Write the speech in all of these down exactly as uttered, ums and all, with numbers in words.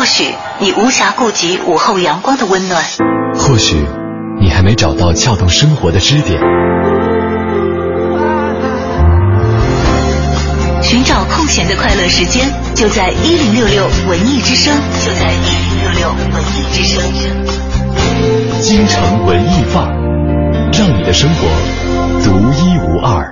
许你无暇顾及午后阳光的温暖， 或许你还没找到撬动生活的支点。 寻找空闲的快乐时间，就在一零六六文艺之声，就在一零六六文艺之声。 京城文艺范儿，让你的生活独一无二。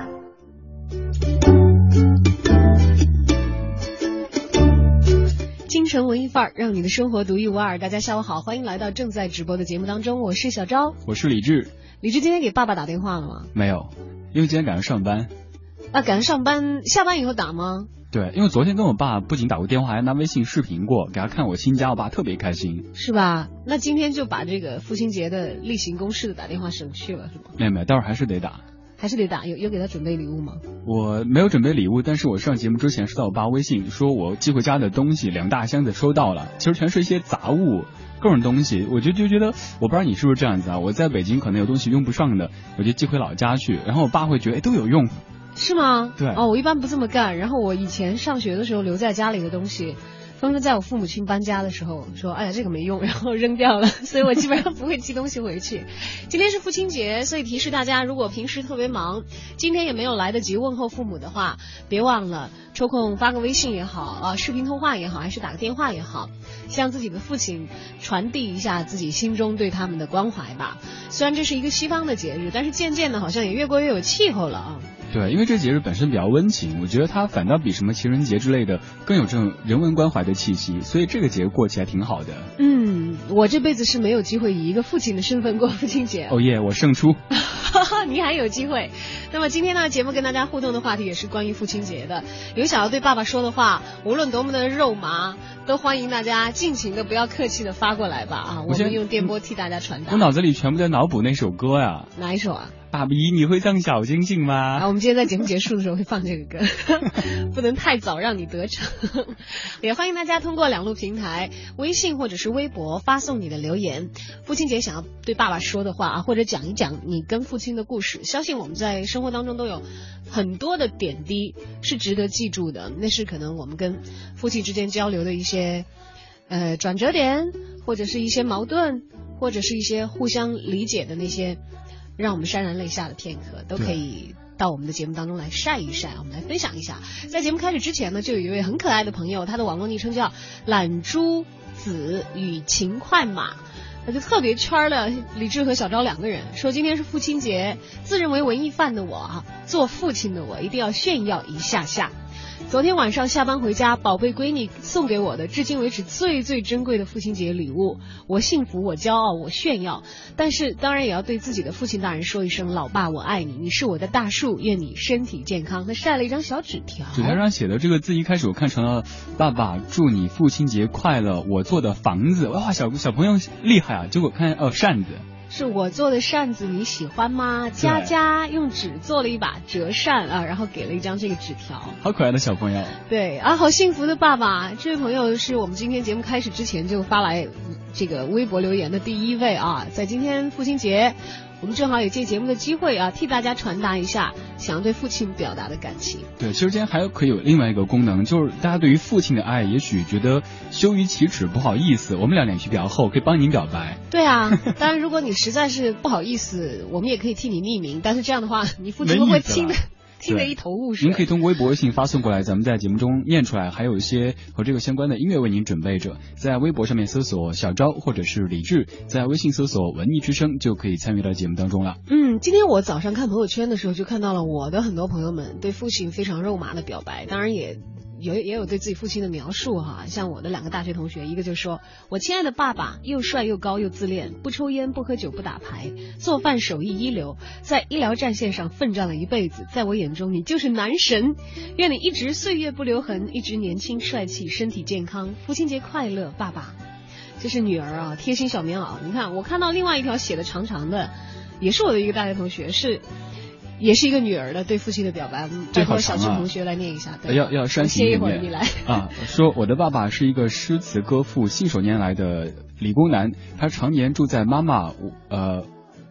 京城文艺范儿，让你的生活独一无二。大家下午好，欢迎来到正在直播的节目当中，我是小昭， 我是李志。 李志今天给爸爸打电话了吗？ 没有，因为今天赶上上班。 啊，赶上上班，下班以后打吗？ 对，因为昨天跟我爸不仅打过电话，还拿微信视频过，给他看我新家，我爸特别开心。 是吧？那今天就把这个父亲节的例行公事的打电话省去了，是吗？ 没有没有，待会儿还是得打。 还是得打，有有给他准备礼物吗？ 我没有准备礼物，但是我上节目之前收到我爸微信，说我寄回家的东西两大箱子收到了，其实全是一些杂物，各种东西，我就就觉得，我不知道你是不是这样子啊？我在北京可能有东西用不上的，我就寄回老家去，然后我爸会觉得，哎，都有用。 是吗？ 对。 哦，我一般不这么干，然后我以前上学的时候留在家里的东西，纷纷在我父母亲搬家的时候说，哎呀这个没用，然后扔掉了，所以我基本上不会寄东西回去。今天是父亲节，所以提示大家，如果平时特别忙，今天也没有来得及问候父母的话，别忘了抽空发个微信也好啊，视频通话也好，还是打个电话也好，向自己的父亲传递一下自己心中对他们的关怀吧。虽然这是一个西方的节日，但是渐渐的好像也越过越有气候了啊。 对，因为这节日本身比较温情，我觉得它反倒比什么情人节之类的更有这种人文关怀的气息，所以这个节过起来挺好的。 嗯，我这辈子是没有机会以一个父亲的身份过父亲节。 哦耶，我胜出。 你还有机会。那么今天呢，节目跟大家互动的话题也是关于父亲节的，有想要对爸爸说的话，无论多么的肉麻，都欢迎大家尽情的不要客气的发过来吧啊！我们用电波替大家传达。 我脑子里全部在脑补那首歌呀。 哪一首啊？ 爸比，你会唱小星星吗？ 啊，我们今天在节目结束的时候会放这个歌，不能太早让你得逞。也欢迎大家通过两路平台，微信或者是微博发送你的留言，父亲节想要对爸爸说的话啊，或者讲一讲你跟父亲的故事。相信我们在生活当中都有很多的点滴是值得记住的，那是可能我们跟父亲之间交流的一些呃转折点，或者是一些矛盾，或者是一些互相理解的那些让我们潸然泪下的片刻，都可以到我们的节目当中来晒一晒，我们来分享一下。在节目开始之前呢，就有一位很可爱的朋友，他的网络昵称叫懒猪子与勤快马，他就特别圈了李志和小昭两个人，说今天是父亲节，自认为文艺范的我啊，做父亲的我一定要炫耀一下下。昨天晚上下班回家，宝贝闺女送给我的至今为止最最珍贵的父亲节礼物，我幸福，我骄傲，我炫耀，但是当然也要对自己的父亲大人说一声，老爸我爱你，你是我的大树，愿你身体健康。他晒了一张小纸条， 纸条上写的这个字一开始我看成了爸爸祝你父亲节快乐，我做的房子，哇，小小朋友厉害啊，结果看哦扇子， 是我做的扇子，你喜欢吗？佳佳用纸做了一把折扇啊，然后给了一张这个纸条。 好可爱的小朋友。 对啊，好幸福的爸爸。这位朋友是我们今天节目开始之前就发来这个微博留言的第一位啊，在今天父亲节，我们正好也借节目的机会啊，替大家传达一下想要对父亲表达的感情。 对，其实今天还有可以有另外一个功能，就是大家对于父亲的爱也许觉得羞于启齿，不好意思，我们俩脸皮比较厚，可以帮您表白。 对啊，当然如果你实在是不好意思，我们也可以替你匿名，但是这样的话你父亲会不会听的听得一头雾水？ 您可以通过微博微信发送过来，咱们在节目中念出来，还有一些和这个相关的音乐为您准备着。在微博上面搜索小昭或者是李志，在微信搜索文艺之声就可以参与到节目当中了。 嗯，今天我早上看朋友圈的时候就看到了我的很多朋友们对父亲非常肉麻的表白，当然也有也有对自己父亲的描述哈，像我的两个大学同学，一个就说，我亲爱的爸爸又帅又高又自恋，不抽烟不喝酒不打牌，做饭手艺一流，在医疗战线上奋战了一辈子，在我眼中你就是男神，愿你一直岁月不留痕，一直年轻帅气，身体健康，父亲节快乐，爸爸。这是女儿啊，贴心小棉袄。你看我看到另外一条写的长长的，也是我的一个大学同学，是也是一个女儿的对父亲的表白，拜托小俊同学来念一下。对， 要要煽情一点。 歇一会儿你来啊，说我的爸爸是一个诗词歌赋信手拈来的理工男，他常年住在妈妈呃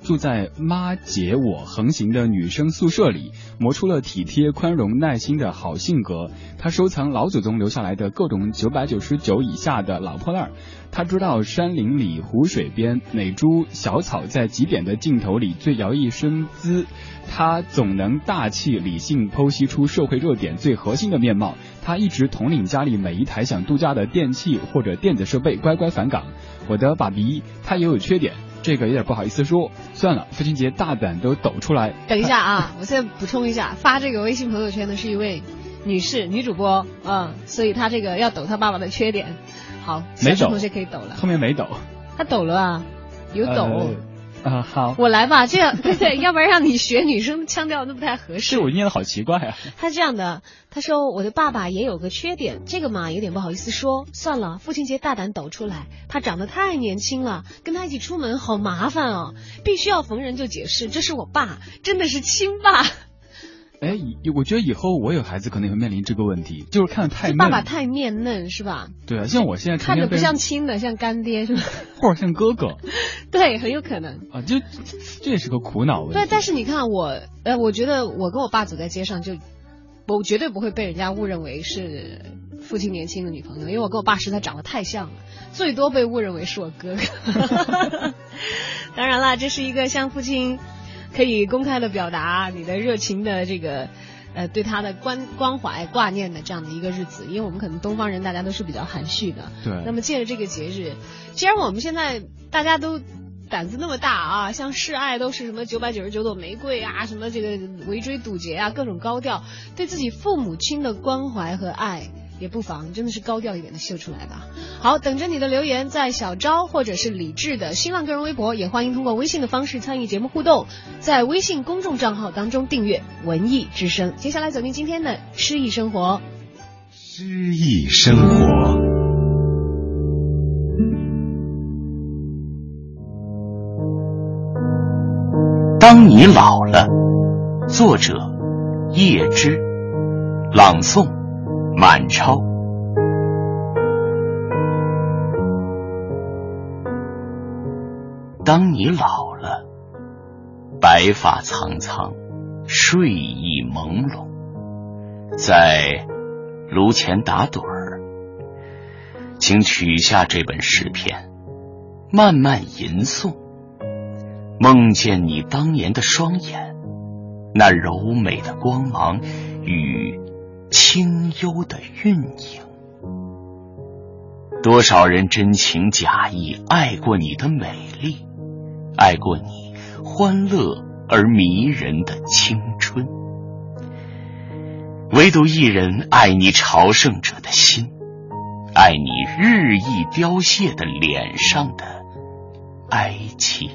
住在妈姐我横行的女生宿舍里，磨出了体贴、宽容、耐心的好性格。他收藏老祖宗留下来的各种九百九十九以下的老破烂儿。他知道山林里、湖水边哪株小草在极点的镜头里最摇曳生姿。他总能大气理性剖析出社会热点最核心的面貌。他一直统领家里每一台想度假的电器或者电子设备乖乖返岗。我的爸比他也有缺点，这个有点不好意思说，算了，父亲节大胆都抖出来。 等一下啊，我现在补充一下，发这个微信朋友圈的是一位女士女主播，嗯，所以她这个要抖她爸爸的缺点。好， 没抖， 同学可以抖了， 后面没抖， 她抖了啊，有抖。 呃啊、呃，好， 我来吧，这样对对，要不然让你学女生腔调那不太合适。 是我念的好奇怪啊。 他这样的，他说我的爸爸也有个缺点，这个嘛有点不好意思说，算了，父亲节大胆抖出来。他长得太年轻了，跟他一起出门好麻烦哦，必须要逢人就解释，这是我爸，真的是亲爸。 哎，我觉得以后我有孩子可能也会面临这个问题，就是看得太嫩， 爸爸太面嫩是吧？ 对啊，像我现在看着不像亲的，像干爹是吧？ 或者像哥哥， 对，很有可能啊，就这也是个苦恼问题。 对，但是你看我，呃，我觉得我跟我爸走在街上就，我绝对不会被人家误认为是父亲年轻的女朋友，因为我跟我爸实在长得太像了，最多被误认为是我哥哥。当然啦，这是一个向父亲可以公开的表达你的热情的这个呃对他的关关怀挂念的这样的一个日子，因为我们可能东方人大家都是比较含蓄的。 对。 那么借着这个节日，既然我们现在大家都胆子那么大啊，像示爱都是什么九百九十九朵玫瑰啊，什么这个围追堵截啊，各种高调，对自己父母亲的关怀和爱也不妨真的是高调一点的秀出来吧。好，等着你的留言，在小昭或者是李志的新浪个人微博，也欢迎通过微信的方式参与节目互动，在微信公众账号当中订阅文艺之声。接下来走进今天的诗意生活。 诗意生活，当你老了，作者叶芝，朗诵满超。当你老了，白发苍苍，睡意朦胧，在炉前打盹儿，请取下这本诗篇，慢慢吟诵，梦见你当年的双眼，那柔美的光芒与清幽的韵影。多少人真情假意爱过你的美丽，爱过你欢乐而迷人的青春，唯独一人爱你朝圣者的心，爱你日益凋谢的脸上的哀戚。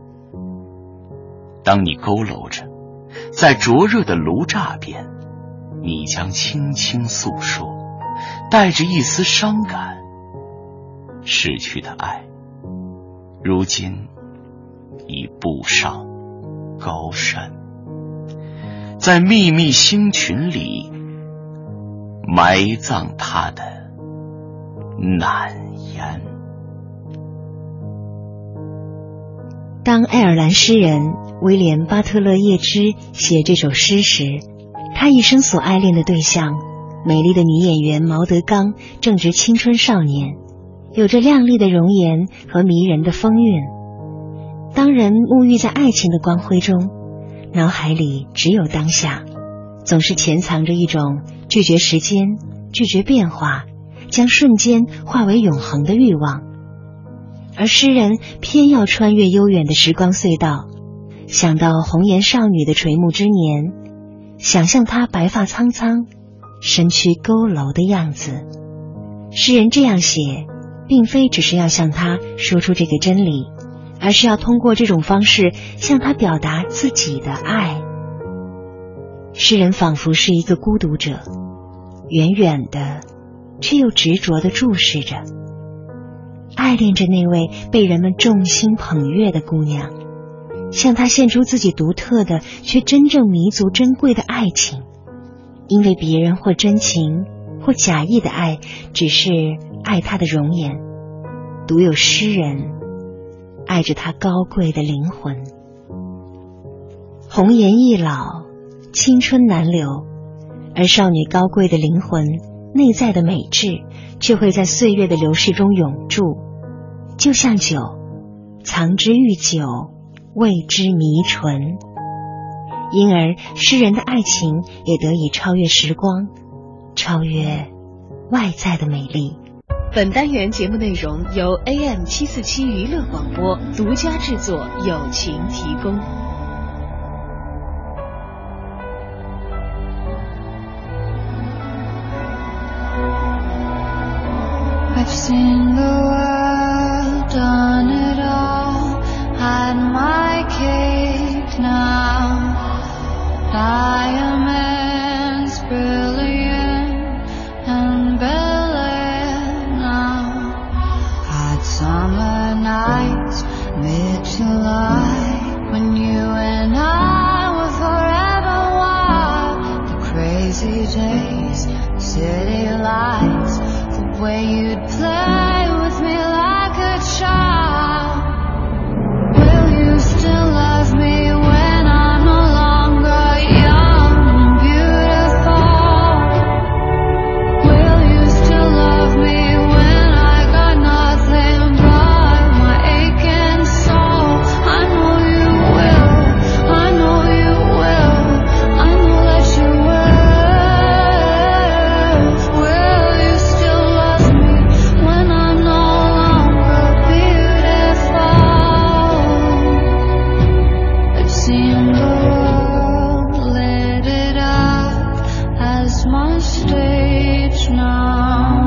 当你佝偻着在灼热的炉栅边，你将轻轻诉说，带着一丝伤感，逝去的爱如今已步上高山，在秘密星群里埋葬他的难言。 当爱尔兰诗人威廉·巴特勒·叶芝写这首诗时，他一生所爱恋的对象，美丽的女演员毛德刚，正值青春少年，有着亮丽的容颜和迷人的风韵。当人沐浴在爱情的光辉中，脑海里只有当下，总是潜藏着一种拒绝时间、拒绝变化，将瞬间化为永恒的欲望。而诗人偏要穿越悠远的时光隧道，想到红颜少女的垂暮之年，想象她白发苍苍，身躯佝偻的样子。诗人这样写，并非只是要向她说出这个真理，而是要通过这种方式向她表达自己的爱。诗人仿佛是一个孤独者，远远的却又执着地注视着，爱恋着那位被人们众星捧月的姑娘，向她献出自己独特的却真正弥足珍贵的爱情。因为别人或真情或假意的爱，只是爱她的容颜，独有诗人爱着她高贵的灵魂。 红颜易老，青春难留，而少女高贵的灵魂，内在的美质，却会在岁月的流逝中永驻，就像酒，藏之愈久，味之弥醇。因而诗人的爱情也得以超越时光，超越外在的美丽。 本单元节目内容由 A M 七四七娱乐广播独家制作，友情提供。 I've seen the world, done it all, had my cake now. Diamonds brilliant and brilliant now. Had summer nights, mid-July, when you and I were forever wild. The crazy days, city lights, the way you'd play with me like a child. Will you still love me when I'm no longer young and beautiful? Will you still love me when I got nothing but my aching soul? I know you will, I know you will, I know that you will. Will you still love me when I'm no longer beautiful? I've seen the world, lit it up as my stage now,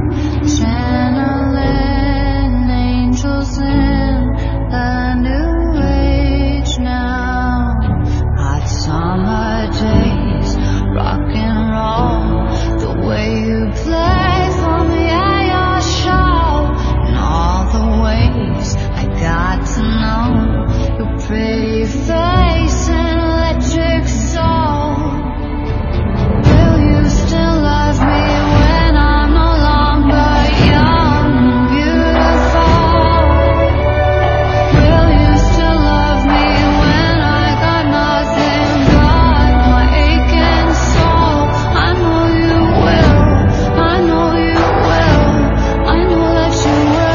channeling angels in the new age now. Hot summer days, rock and roll, the way you play for me at your show, and all the ways I got to know your pretty face and electric soul. Will you still love me when I'm no longer young and beautiful? Will you still love me when I got nothing but my aching soul? I know you will, I know you will, I know that you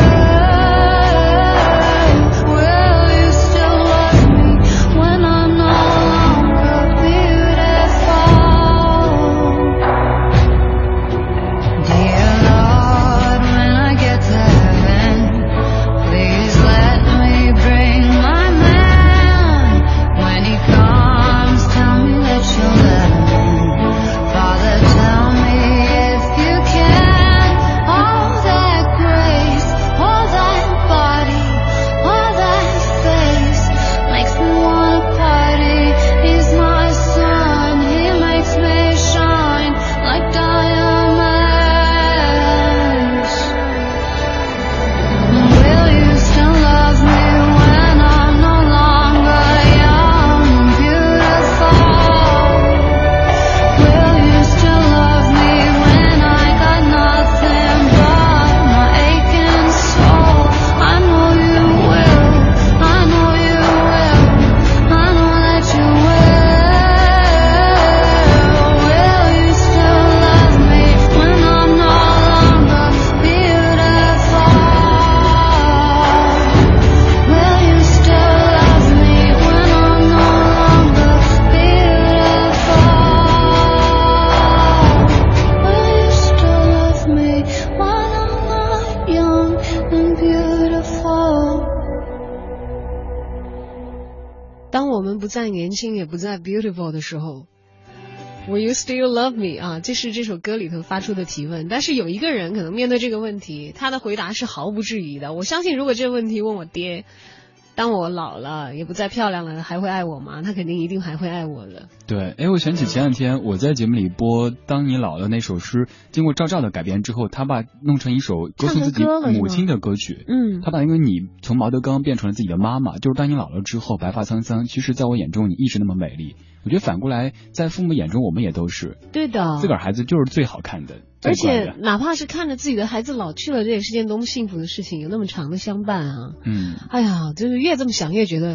will. Will you still love me when I'm no longer beautiful? Dear Lord, when I get to heaven, please let me bring my man. When he comes, tell me that you'll let him in. Father, tell me if you can. All that grace, all that body, all that face makes me wanna party. He's my sun, he makes me shine like diamonds. Will you still love me when I'm no longer young and beautiful? Will you still love me when I got nothing but my aching soul? I know you will, I know you will, I know that you will. Will you still love me when I'm no longer beautiful? Will you still love me when I'm no longer beautiful? Will you still love me when I'm not young and beautiful? 当我们不再年轻，也不再 beautiful 的时候，Will you still love me？ 啊，这是这首歌里头发出的提问。但是有一个人可能面对这个问题，他的回答是毫不质疑的。我相信，如果这个问题问我爹，当我老了也不再漂亮了，还会爱我吗？他肯定一定还会爱我的。 对，哎，我想起前两天我在节目里播《当你老了》那首诗，经过赵照的改编之后，他把弄成一首歌颂自己母亲的歌曲。 嗯， 他把因为你从毛德刚变成了自己的妈妈，就是当你老了之后，白发苍苍，其实在我眼中你一直那么美丽。我觉得反过来，在父母眼中我们也都是。 对的， 自个儿孩子就是最好看的。 而且哪怕是看着自己的孩子老去了，这也是件多么幸福的事情，有那么长的相伴啊。 嗯， 哎呀，就是越这么想越觉得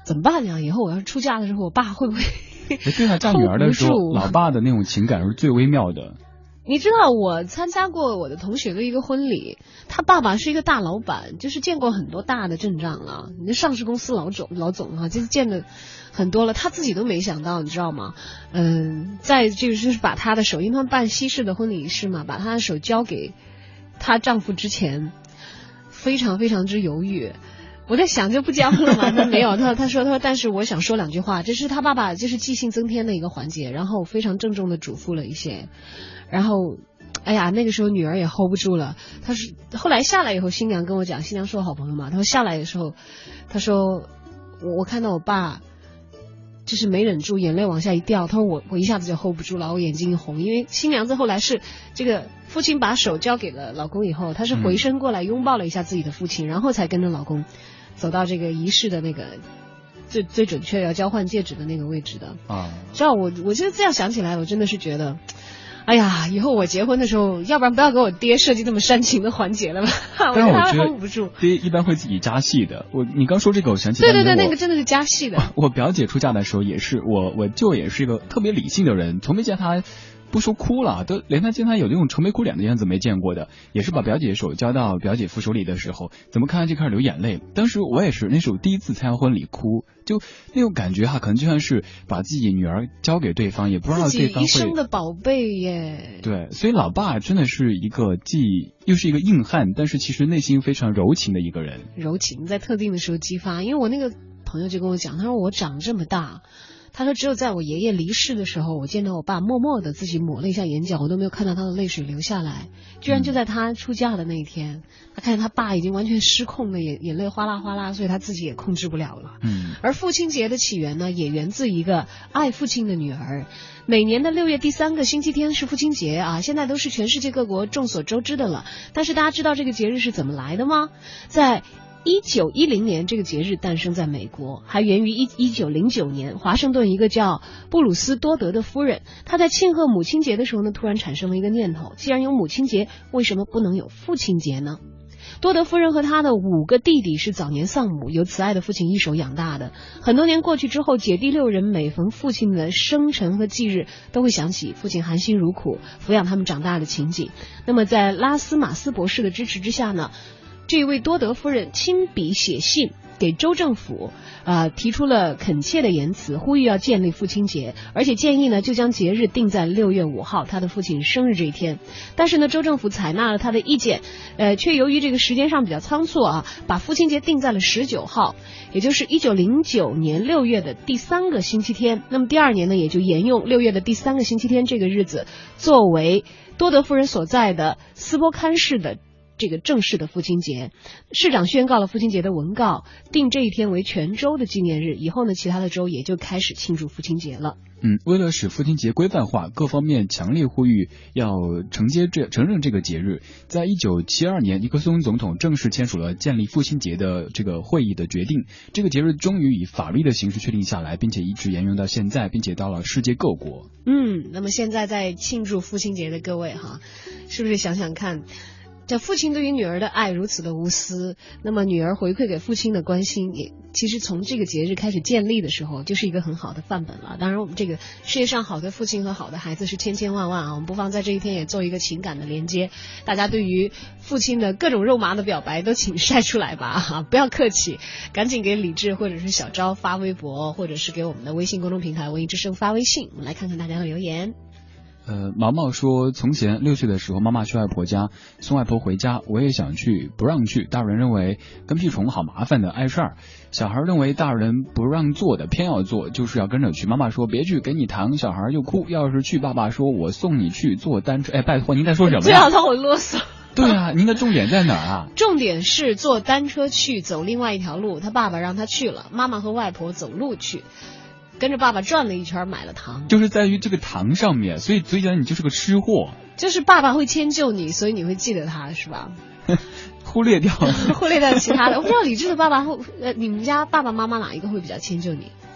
怎么办呀？以后我要是出嫁的时候，我爸会不会？ 对他嫁女儿的时候，老爸的那种情感是最微妙的。 你知道我参加过我的同学的一个婚礼，他爸爸是一个大老板，就是见过很多大的阵仗了，你的上市公司老总老总啊，就是见的很多了，他自己都没想到，你知道吗？嗯，在这个就是把他的手，因为他们办西式的婚礼仪式嘛，把他的手交给她丈夫之前，非常非常之犹豫。我在想就不交了吗？他没有，他他说他说，但是我想说两句话，这是他爸爸就是记性增添的一个环节，然后非常郑重的嘱咐了一些，然后，哎呀，那个时候女儿也 hold 不住了，他是后来下来以后，新娘跟我讲，新娘是我好朋友嘛，他说下来的时候，他说我我看到我爸。就是没忍住，眼泪往下一掉。他说我我一下子就 hold 不住了，我眼睛一红，因为新娘子后来是这个父亲把手交给了老公以后，她是回身过来拥抱了一下自己的父亲，嗯、然后才跟着老公走到这个仪式的那个最最准确要交换戒指的那个位置的啊。知道我我就这样想起来，我真的是觉得。哎呀，以后我结婚的时候，要不然不要给我爹设计这么煽情的环节了吧？ 但是我觉得 hold 不住， 爹一般会自己加戏的。我你刚说这个，我想起对对对，那个真的是加戏的。 我, 我表姐出嫁的时候也是，我我舅也是一个特别理性的人，从没见他不说哭了，都连他见他有那种愁眉苦脸的样子没见过的。也是把表姐手交到表姐夫手里的时候，怎么看就开始流眼泪。当时我也是，那是我第一次参加婚礼哭。就那种感觉哈，可能就像是把自己女儿交给对方，也不知道对方会自己一生的宝贝耶。 对，所以老爸真的是一个既又是一个硬汉，但是其实内心非常柔情的一个人。 柔情在特定的时候激发，因为我那个朋友就跟我讲，他说我长这么大。他说只有在我爷爷离世的时候，我见到我爸默默的自己抹了一下眼角，我都没有看到他的泪水流下来。居然就在他出嫁的那一天，他看见他爸已经完全失控了，眼眼泪哗啦哗啦，所以他自己也控制不了了。嗯。而父亲节的起源呢，也源自一个爱父亲的女儿。每年的六月第三个星期天是父亲节啊，现在都是全世界各国众所周知的了。但是大家知道这个节日是怎么来的吗？在一九一零年，这个节日诞生在美国，还源于一九零九年，华盛顿一个叫布鲁斯多德的夫人，她在庆贺母亲节的时候呢，突然产生了一个念头：既然有母亲节，为什么不能有父亲节呢？多德夫人和她的五个弟弟是早年丧母，由慈爱的父亲一手养大的。很多年过去之后，姐弟六人每逢父亲的生辰和忌日，都会想起父亲含辛茹苦抚养他们长大的情景。那么在拉斯马斯博士的支持之下呢，这位多德夫人亲笔写信给州政府，呃，提出了恳切的言辞，呼吁要建立父亲节，而且建议呢就将节日定在六月五号，他的父亲生日这一天。但是呢，州政府采纳了他的意见，呃，却由于这个时间上比较仓促啊，把父亲节定在了十九号，也就是一九零九年六月的第三个星期天。那么第二年呢，也就沿用六月的第三个星期天这个日子，作为多德夫人所在的斯波堪市的这个正式的父亲节。市长宣告了父亲节的文告，定这一天为全州的纪念日。以后呢，其他的州也就开始庆祝父亲节了。 嗯，为了使父亲节规范化，各方面强烈呼吁要承接这承认这个节日。在一九七二年，尼克松总统正式签署了建立父亲节的这个会议的决定，这个节日终于以法律的形式确定下来，并且一直沿用到现在，并且到了世界各国。 嗯，那么现在在庆祝父亲节的各位哈，是不是想想看？这父亲对于女儿的爱如此的无私，那么女儿回馈给父亲的关心，也其实从这个节日开始建立的时候，就是一个很好的范本了。当然，我们这个世界上好的父亲和好的孩子是千千万万啊，我们不妨在这一天也做一个情感的连接。大家对于父亲的各种肉麻的表白都请晒出来吧，啊，不要客气，赶紧给李志或者是小昭发微博，或者是给我们的微信公众平台文艺之声发微信。我们来看看大家的留言。 呃，毛毛说，从前六岁的时候，妈妈去外婆家送外婆回家，我也想去，不让去。大人认为跟屁虫好麻烦的，碍事儿。小孩认为大人不让做的，偏要做，就是要跟着去。妈妈说别去，给你糖。小孩就哭，要是去，爸爸说我送你去坐单车。哎，拜托您在说什么呀？ 不要让我啰嗦。 对啊，您的重点在哪儿啊？ 重点是坐单车去，走另外一条路。他爸爸让他去了，妈妈和外婆走路去。跟着爸爸转了一圈，买了糖， 就是在于这个糖上面，所以所以讲你就是个吃货。 就是爸爸会迁就你，所以你会记得他，是吧？ 忽略掉忽略掉其他的。我不知道李志的爸爸会，呃，你们家爸爸妈妈哪一个会比较迁就你？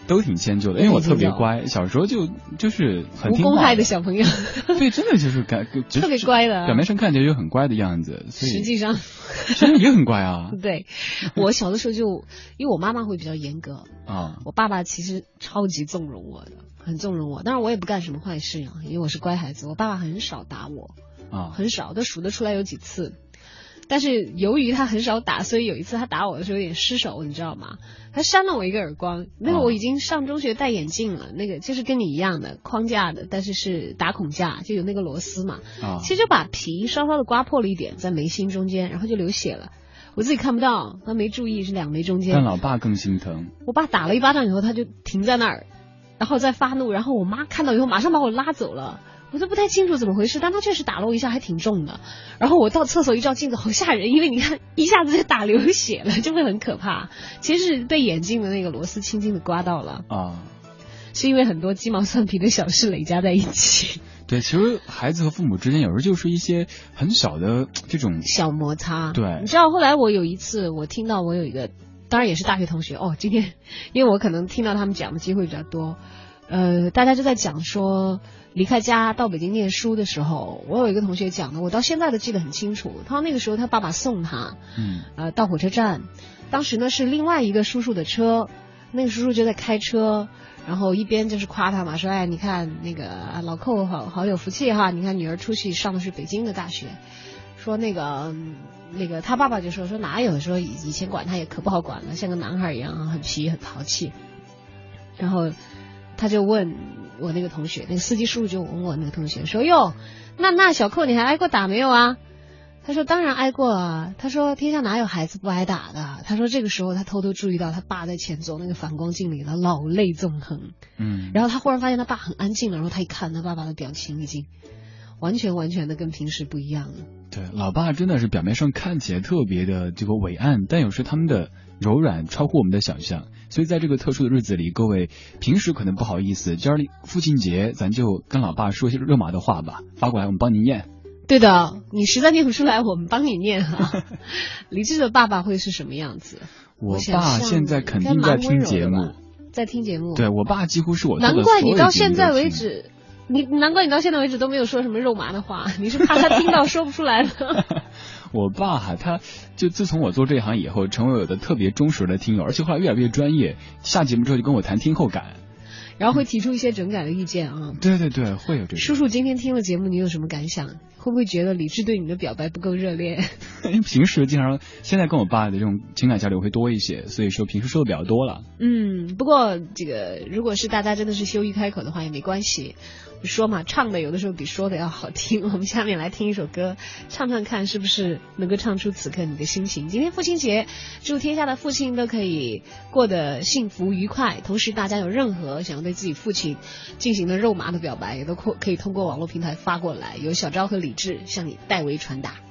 都挺迁就的，因为我特别乖，小时候就就是很听话无公害的小朋友， 对，真的就是感特别乖的， 表面上看起来就很乖的样子，所以实际上实际上也很乖啊。 对，我小的时候就因为我妈妈会比较严格啊， 我爸爸其实超级纵容我的，很纵容我，当然我也不干什么坏事啊，因为我是乖孩子，我爸爸很少打我啊， 很少，都数得出来有几次。但是由于他很少打，所以有一次他打我的时候有点失手，你知道吗？他扇了我一个耳光。那个我已经上中学戴眼镜了，那个就是跟你一样的框架的，但是是打孔架，就有那个螺丝嘛。 啊， 其实就把皮稍稍的刮破了一点，在眉心中间，然后就流血了。我自己看不到，他没注意是两眉中间。 但老爸更心疼。 我爸打了一巴掌以后，他就停在那儿，然后再发怒，然后我妈看到以后马上把我拉走了。我都不太清楚怎么回事，但他确实打了我一下，还挺重的。然后我到厕所一照镜子，好吓人，因为你看一下子就打流血了，就会很可怕。其实是被眼镜的那个螺丝轻轻的刮到了啊， 是因为很多鸡毛蒜皮的小事累加在一起。 对，其实孩子和父母之间有时候就是一些很小的这种小摩擦。 对， 你知道后来我有一次，我听到我有一个，当然也是大学同学哦，今天因为我可能听到他们讲的机会比较多，呃，大家就在讲说。离开家到北京念书的时候，我有一个同学讲的，我到现在都记得很清楚。他说那个时候他爸爸送他， 嗯，呃， 到火车站，当时呢是另外一个叔叔的车，那个叔叔就在开车，然后一边就是夸他嘛，说哎你看那个老寇好好有福气哈，你看女儿出去上的是北京的大学，说那个那个他爸爸就说说哪有，说以以前管他也可不好管了，像个男孩一样很皮很淘气，然后他就问。我那个同学，那个司机叔叔就问我那个同学说：“哟，那那小寇你还挨过打没有啊？”他说：“当然挨过啊。”他说：“天下哪有孩子不挨打的？”他说：“这个时候他偷偷注意到他爸在前座那个反光镜里了，老泪纵横。” 嗯， 然后他忽然发现他爸很安静了，然后他一看他爸爸的表情已经完全完全的跟平时不一样了。 对，老爸真的是表面上看起来特别的这个伟岸，但有时他们的柔软超乎我们的想象。所以在这个特殊的日子里，各位平时可能不好意思，今儿父亲节咱就跟老爸说些肉麻的话吧，发过来我们帮您念。 对的，你实在念不出来，我们帮你念哈。李志的爸爸会是什么样子？ 我爸现在肯定在听节目， 在听节目。 对，我爸几乎是我做的难怪你到现在为止，你难怪你到现在为止都没有说什么肉麻的话，你是怕他听到说不出来的。 我爸哈，他就自从我做这行以后，成为我的特别忠实的听友，而且后来越来越专业。下节目之后就跟我谈听后感， 然后会提出一些整改的意见啊。 对对对，会有这种。 叔叔今天听了节目，你有什么感想？会不会觉得李志对你的表白不够热烈？ 因为平时经常，现在跟我爸的这种情感交流会多一些，所以说平时说的比较多了。 嗯，不过这个如果是大家真的是羞于开口的话也没关系。说嘛，唱的有的时候比说的要好听。我们下面来听一首歌，唱唱看是不是能够唱出此刻你的心情。今天父亲节，祝天下的父亲都可以过得幸福愉快。同时，大家有任何想要对自己父亲进行的肉麻的表白，也都可以通过网络平台发过来，由小昭和李志向你代为传达。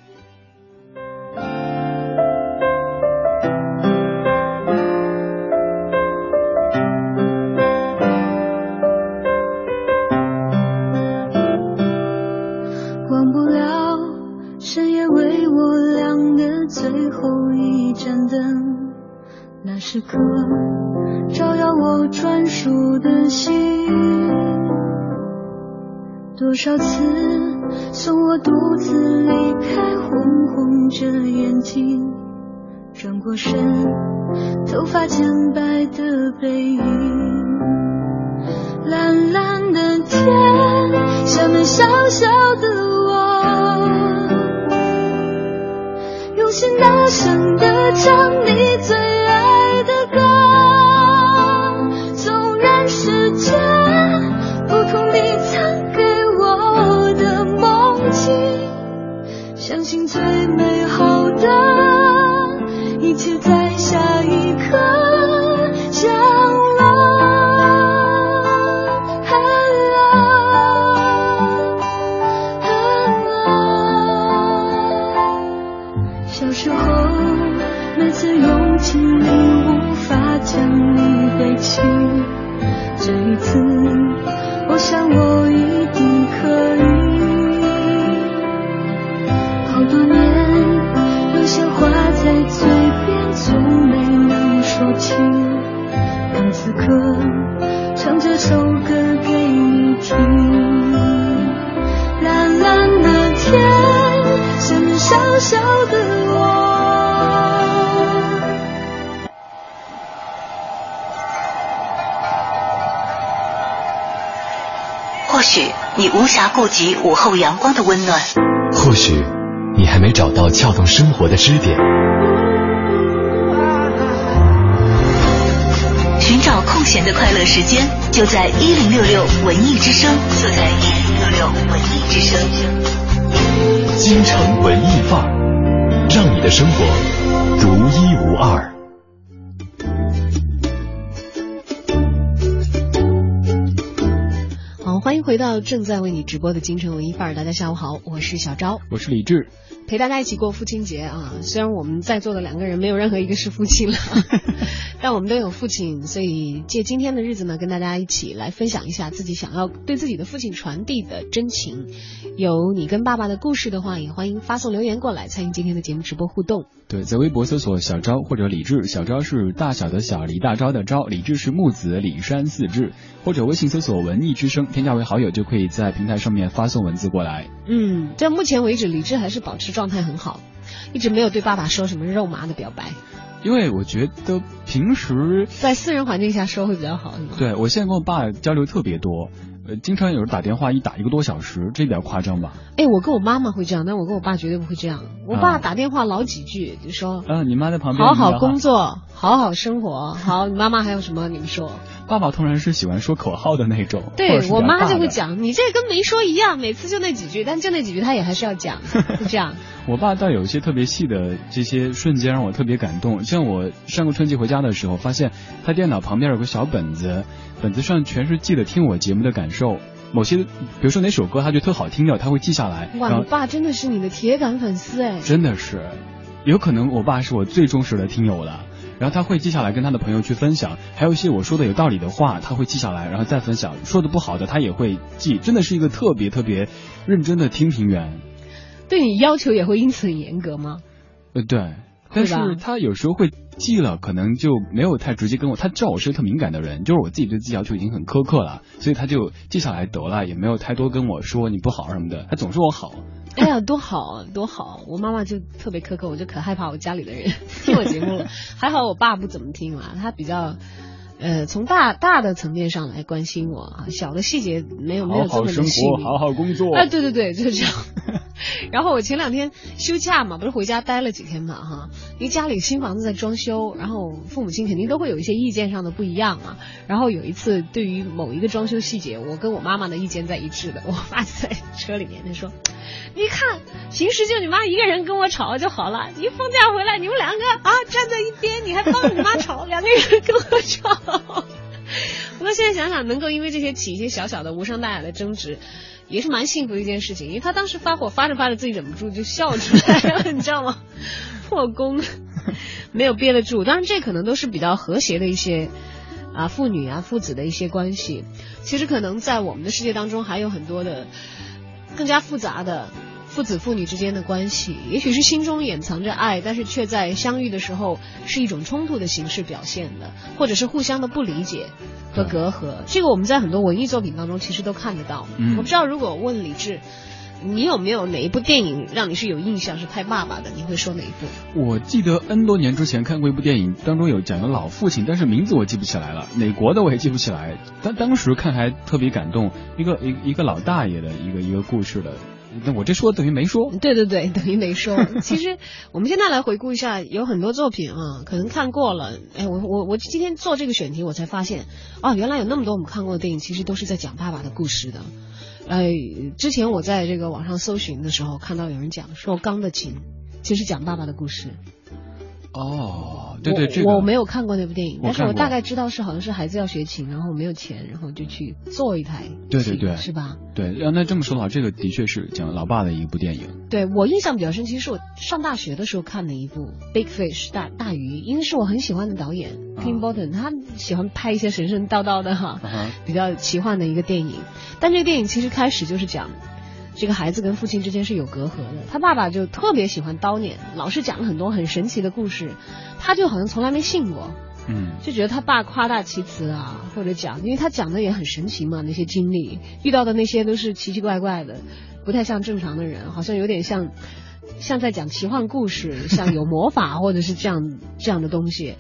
忘不了深夜为我亮的最后一盏灯，那时刻照耀我专属的心。多少次送我独自离开，红红着眼睛，转过身，头发渐白的背影。蓝蓝的天下面小小的我，用心大声地唱你最爱的歌。纵然世界不同你曾给我的梦境，相信最美好的一切在下一刻降落。小时候每次用尽力无法将你背起，这一次我想我一定可以。好多年许你无暇顾及午后阳光的温暖， 或许你还没找到撬动生活的支点。 寻找空闲的快乐时间，就在一零六六文艺之声，就在一零六六文艺之声。 京城文艺范儿，让你的生活独一无二。 好，欢迎回到正在为你直播的京城文艺范儿。大家下午好，我是小昭， 我是李志， 陪大家一起过父亲节啊。虽然我们在座的两个人没有任何一个是父亲了，但我们都有父亲，所以借今天的日子呢，跟大家一起来分享一下自己想要对自己的父亲传递的真情。有你跟爸爸的故事的话，也欢迎发送留言过来参与今天的节目直播互动。 对，在微博搜索小昭或者李志，小昭是大小的小，李大钊的钊，李志是木子李山四志，或者微信搜索文艺之声，添加为好友就可以在平台上面发送文字过来。 嗯，到目前为止，李志还是保持状态很好，一直没有对爸爸说什么肉麻的表白。 因为我觉得平时在私人环境下说会比较好，是吗？ 对，我现在跟我爸交流特别多，呃，经常有人打电话一打一个多小时，这比较夸张吧？ 哎，我跟我妈妈会这样，但我跟我爸绝对不会这样。我爸打电话老几句，就说：“ 嗯、啊，你妈在旁边， 好好工作，好好生活，好。”你妈妈还有什么？你们说。 爸爸通常是喜欢说口号的那种， 对我妈就会讲，你这跟没说一样，每次就那几句，但就那几句他也还是要讲，就这样。 我爸倒有一些特别细的这些瞬间让我特别感动，像我上个春节回家的时候，发现他电脑旁边有个小本子，本子上全是记得听我节目的感受，某些比如说哪首歌他觉得特好听的，他会记下来。 哇，你爸真的是你的铁杆粉丝哎！ 真的是，有可能我爸是我最忠实的听友了。然后他会记下来跟他的朋友去分享，还有一些我说的有道理的话他会记下来然后再分享，说的不好的他也会记，真的是一个特别特别认真的听评员。 对你要求也会因此很严格吗？ 呃，对，但是他有时候会记了，可能就没有太直接跟我，他知道我是个特敏感的人，就是我自己对自己要求已经很苛刻了，所以他就记下来得了，也没有太多跟我说你不好什么的，他总说我好。 哎呀，多好多好！我妈妈就特别苛刻，我就可害怕我家里的人听我节目了。还好我爸不怎么听啦，他比较呃从大大的层面上来关心我啊，小的细节没有没有这么的细腻。好好生活， 好好工作。 哎，对对对，就是这样。然后我前两天休假嘛，不是回家待了几天嘛哈，因为家里新房子在装修，然后父母亲肯定都会有一些意见上的不一样啊。然后有一次对于某一个装修细节，我跟我妈妈的意见在一致的，我妈在车里面她说，你看平时就你妈一个人跟我吵就好了，你放假回来你们两个啊站在一边，你还帮你妈吵，两个人跟我吵。不过现在想想，能够因为这些起一些小小的无伤大雅的争执，也是蛮幸福的一件事情。因为他当时发火发着发着自己忍不住就笑出来了，你知道吗？破功，没有憋得住。当然这可能都是比较和谐的一些啊父女啊父子的一些关系。其实可能在我们的世界当中还有很多的更加复杂的父子父女之间的关系，也许是心中掩藏着爱，但是却在相遇的时候是一种冲突的形式表现的，或者是互相的不理解和隔阂。这个我们在很多文艺作品当中其实都看得到。嗯，我不知道如果问李志，你有没有哪一部电影让你是有印象是拍爸爸的，你会说哪一部？ 我记得 N 多年之前看过一部电影，当中有讲个老父亲，但是名字我记不起来了，哪国的我也记不起来，但当时看还特别感动，一个一一个老大爷的一个一个故事的。那我这说等于没说。 对对对，等于没说。其实我们现在来回顾一下，有很多作品啊，可能看过了。哎，我我我今天做这个选题，我才发现，哦，原来有那么多我们看过的电影，其实都是在讲爸爸的故事的。呃，之前我在这个网上搜寻的时候，看到有人讲说《钢的琴》其实讲爸爸的故事。 哦，对对， 这个我没有看过那部电影，但是我大概知道是好像是孩子要学琴，然后没有钱，然后就去做一台琴， 对对对， 是吧？ 对，要那这么说的话，这个的确是讲老爸的一部电影。 对，我印象比较深，其实是我上大学的时候看的一部《Big Fish》大大鱼，因为是我很喜欢的导演 Tim Burton，、啊、他喜欢拍一些神神叨叨的哈、啊，比较奇幻的一个电影。但这个电影其实开始就是讲这个孩子跟父亲之间是有隔阂的，他爸爸就特别喜欢叨念，老是讲很多很神奇的故事，他就好像从来没信过，嗯，就觉得他爸夸大其词啊，或者讲，因为他讲的也很神奇嘛，那些经历遇到的那些都是奇奇怪怪的，不太像正常的人，好像有点像像在讲奇幻故事，像有魔法或者是这样这样的东西。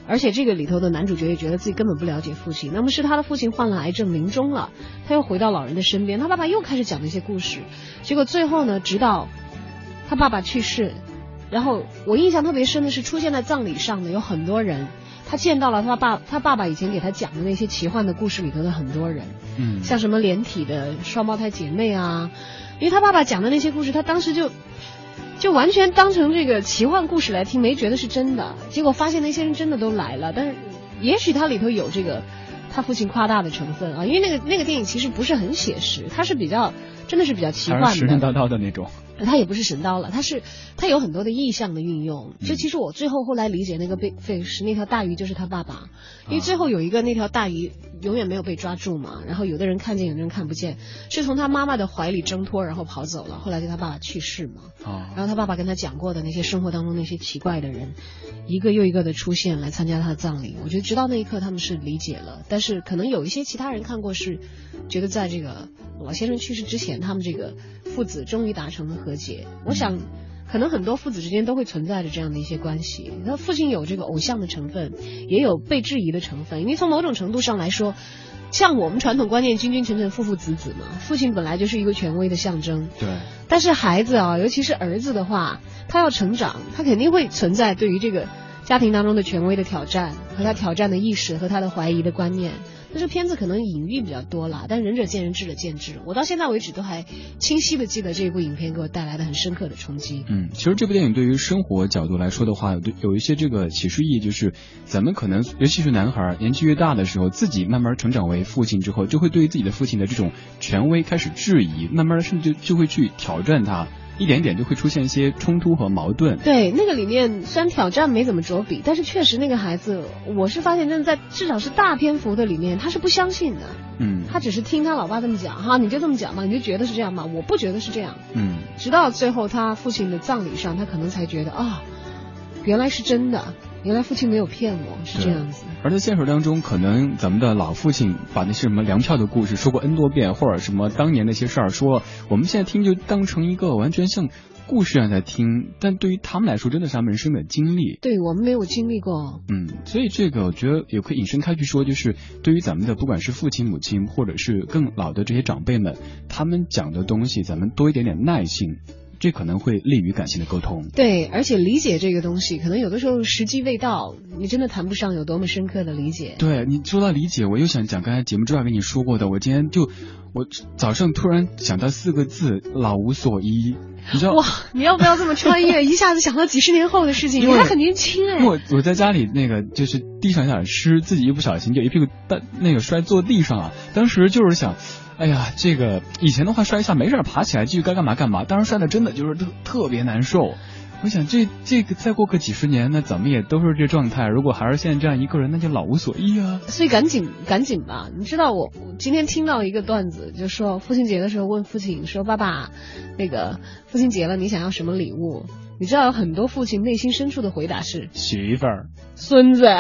而且这个里头的男主角也觉得自己根本不了解父亲。那么是他的父亲患了癌症临终了，他又回到老人的身边，他爸爸又开始讲那些故事，结果最后呢，直到他爸爸去世，然后我印象特别深的是出现在葬礼上的有很多人，他见到了他爸他爸爸以前给他讲的那些奇幻的故事里头的很多人， 嗯， 像什么连体的双胞胎姐妹啊，因为他爸爸讲的那些故事，他当时就就完全当成这个奇幻故事来听，没觉得是真的。结果发现那些人真的都来了，但是也许它里头有这个他父亲夸大的成分啊，因为那个那个电影其实不是很写实，它是比较真的是比较奇幻的， 神神叨叨的那种。 它也不是神叨了，它是它有很多的意象的运用。就其实我最后后来理解那个 Big Fish 那条大鱼就是他爸爸，因为最后有一个那条大鱼永远没有被抓住嘛，然后有的人看见有的人看不见，是从他妈妈的怀里挣脱然后跑走了，后来就他爸爸去世嘛，然后他爸爸跟他讲过的那些生活当中那些奇怪的人一个又一个的出现来参加他的葬礼，我觉得直到那一刻他们是理解了，但是可能有一些其他人看过是觉得在这个老先生去世之前他们这个父子终于达成了和解。我想可能很多父子之间都会存在着这样的一些关系，他父亲有这个偶像的成分，也有被质疑的成分，因为从某种程度上来说，像我们传统观念君君臣臣父父子子嘛，父亲本来就是一个权威的象征， 对， 但是孩子啊，尤其是儿子的话，他要成长，他肯定会存在对于这个家庭当中的权威的挑战和他挑战的意识和他的怀疑的观念。但是片子可能隐喻比较多啦，但仁者见仁，智者见智。我到现在为止都还清晰的记得这部影片给我带来的很深刻的冲击。 嗯，其实这部电影对于生活角度来说的话，有有一些这个启示意义，就是咱们可能尤其是男孩年纪越大的时候，自己慢慢成长为父亲之后，就会对自己的父亲的这种权威开始质疑，慢慢甚至就就会去挑战他。一点一点就会出现一些冲突和矛盾。 对，那个里面虽然挑战没怎么着笔，但是确实那个孩子，我是发现真的在至少是大篇幅的里面，他是不相信的。 嗯， 他只是听他老爸这么讲，哈，你就这么讲嘛，你就觉得是这样嘛，我不觉得是这样。 嗯， 直到最后他父亲的葬礼上，他可能才觉得啊，原来是真的。原来父亲没有骗我，是这样子。 而在现实当中，可能咱们的老父亲把那些什么粮票的故事说过 N 多遍，或者什么当年那些事儿说，我们现在听就当成一个完全像故事一样在听，但对于他们来说，真的是他们人生的经历。 对，我们没有经历过。 嗯，所以这个我觉得也可以引申开去说，就是对于咱们的不管是父亲、母亲，或者是更老的这些长辈们，他们讲的东西，咱们多一点点耐心。这可能会利于感性的沟通。 对，而且理解这个东西，可能有的时候时机未到，你真的谈不上有多么深刻的理解。 对，你说到理解，我又想讲刚才节目之外跟你说过的，我今天就我早上突然想到四个字：老无所依。你知道哇？你要不要这么穿越，一下子想到几十年后的事情？你还很年轻哎。 我我在家里那个就是地上有点湿，自己一不小心就一屁股蛋那个摔坐地上了。当时就是想。哎呀，这个以前的话摔一下没事爬起来继续该干嘛干嘛，当时摔的真的就是特特别难受。我想这这个再过个几十年，那咱们也都是这状态。如果还是现在这样一个人，那就老无所依啊。 所以赶紧赶紧吧。你知道我我今天听到一个段子，就说父亲节的时候问父亲说：“爸爸，那个父亲节了，你想要什么礼物？”你知道有很多父亲内心深处的回答是媳妇儿、 孙子。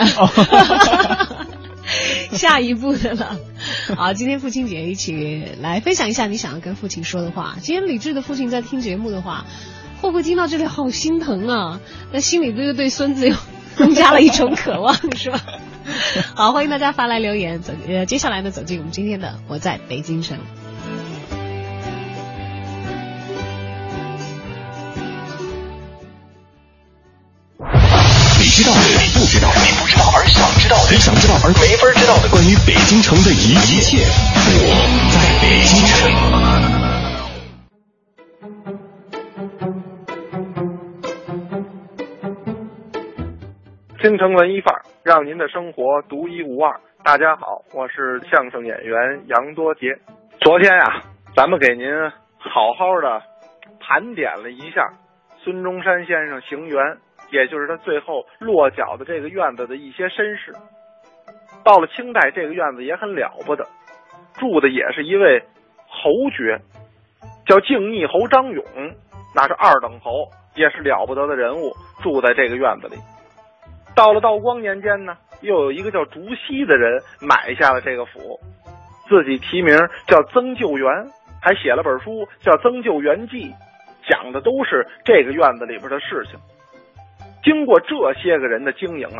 下一步的了。好，今天父亲节一起来分享一下你想要跟父亲说的话。今天理智的父亲在听节目的话，会不会听到这里好心疼啊？那心里就对孙子又增加了一种渴望，是吧？好，欢迎大家发来留言。走，呃，接下来呢，走进我们今天的我在北京城。 你知道的，你不知道的，你不知道而想知道的，你想知道而没法知道的，关于北京城的一切，我在北京城。 京城文艺范儿，让您的生活独一无二。大家好，我是相声演员杨多杰。昨天呀、啊，咱们给您好好的盘点了一下孙中山先生行园，也就是他最后落脚的这个院子的一些身世。到了清代，这个院子也很了不得，住的也是一位侯爵，叫敬逆侯张勇，那是二等侯，也是了不得的人物，住在这个院子里。到了道光年间呢，又有一个叫竹溪的人买下了这个府，自己提名叫曾救元，还写了本书叫《曾救元记》，讲的都是这个院子里边的事情。经过这些个人的经营啊，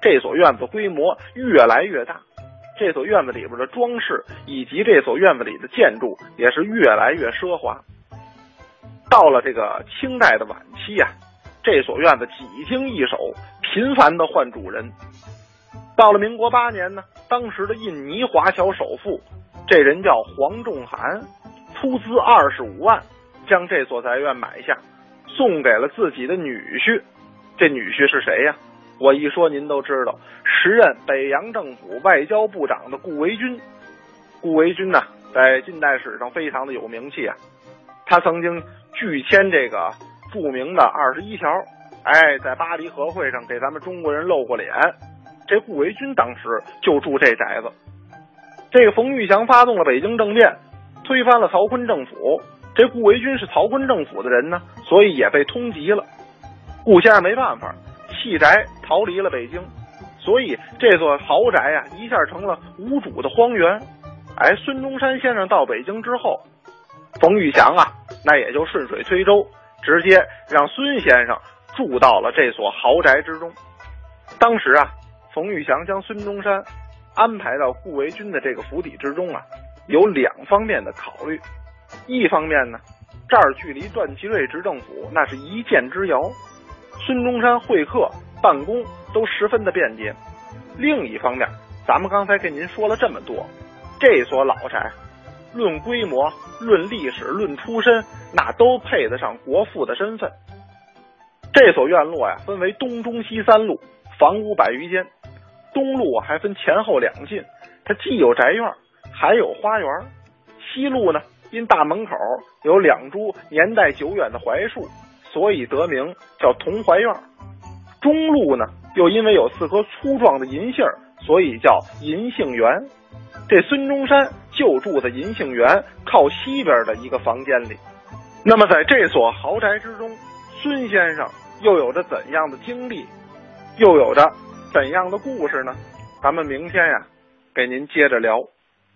这所院子规模越来越大，这所院子里边的装饰以及这所院子里的建筑也是越来越奢华。到了这个清代的晚期啊，这所院子几经易手，频繁的换主人。到了民国八年呢，当时的印尼华侨首富，这人叫黄仲涵，出资二十五万将这所宅院买下，送给了自己的女婿。这女婿是谁呀？我一说您都知道，时任北洋政府外交部长的顾维钧。顾维钧呢，在近代史上非常的有名气啊，他曾经拒签这个著名的二十一条，哎，在巴黎和会上给咱们中国人露过脸。这顾维钧当时就住这宅子。这个冯玉祥发动了北京政变，推翻了曹锟政府。这顾维钧是曹锟政府的人呢，所以也被通缉了。顾先生没办法，弃宅逃离了北京，所以这座豪宅啊，一下成了无主的荒原。哎，孙中山先生到北京之后，冯玉祥啊，那也就顺水推舟，直接让孙先生住到了这所豪宅之中。当时啊，冯玉祥将孙中山安排到顾维钧的这个府邸之中啊，有两方面的考虑。一方面呢，这儿距离段祺瑞执政府那是一箭之遥，孙中山会客办公都十分的便捷。另一方面，咱们刚才跟您说了这么多，这所老宅论规模、论历史、论出身，那都配得上国父的身份。这所院落呀，分为东中西三路，房屋百余间。东路还分前后两进，它既有宅院还有花园。西路呢，因大门口有两株年代久远的槐树，所以得名叫同槐院。中路呢，又因为有四棵粗壮的银杏，所以叫银杏园。这孙中山就住在银杏园靠西边的一个房间里。那么在这所豪宅之中，孙先生又有着怎样的经历，又有着怎样的故事呢？咱们明天呀，给您接着聊。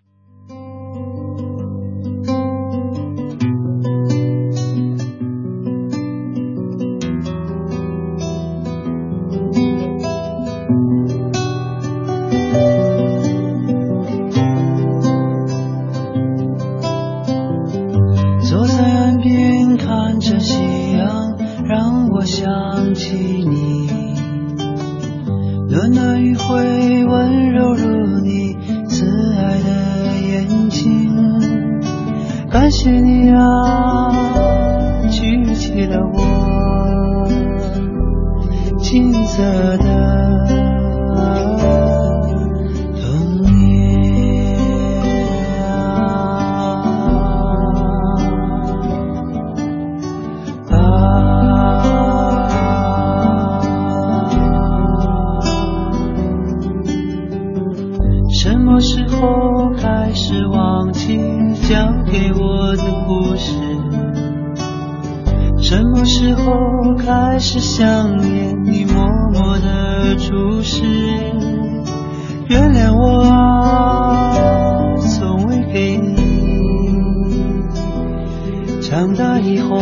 坐在岸边看着夕阳，让我想起你，暖暖余晖温柔如你慈爱的眼睛。感谢你啊，举起了我金色的童年啊。什么时候开始忘记讲给我的故事？什么时候开始想念你默默的注视？原谅我啊，从未给你长大以后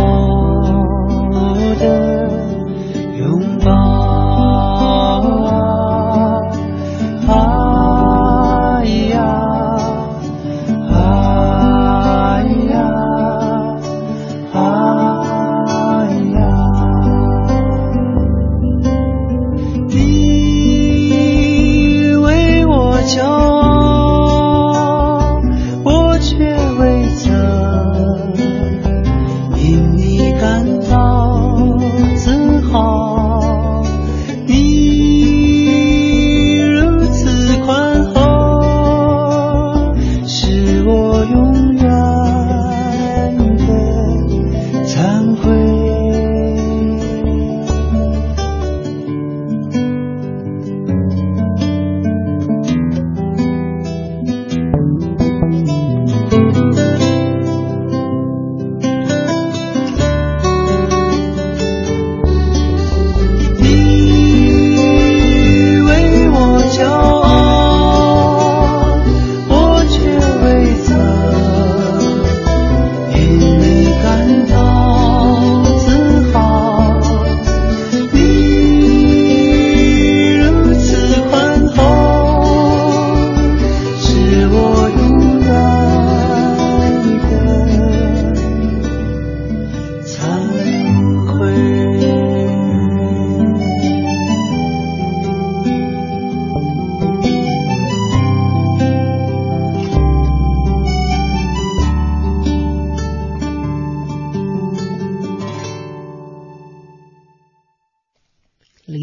的拥抱。因你感到自豪。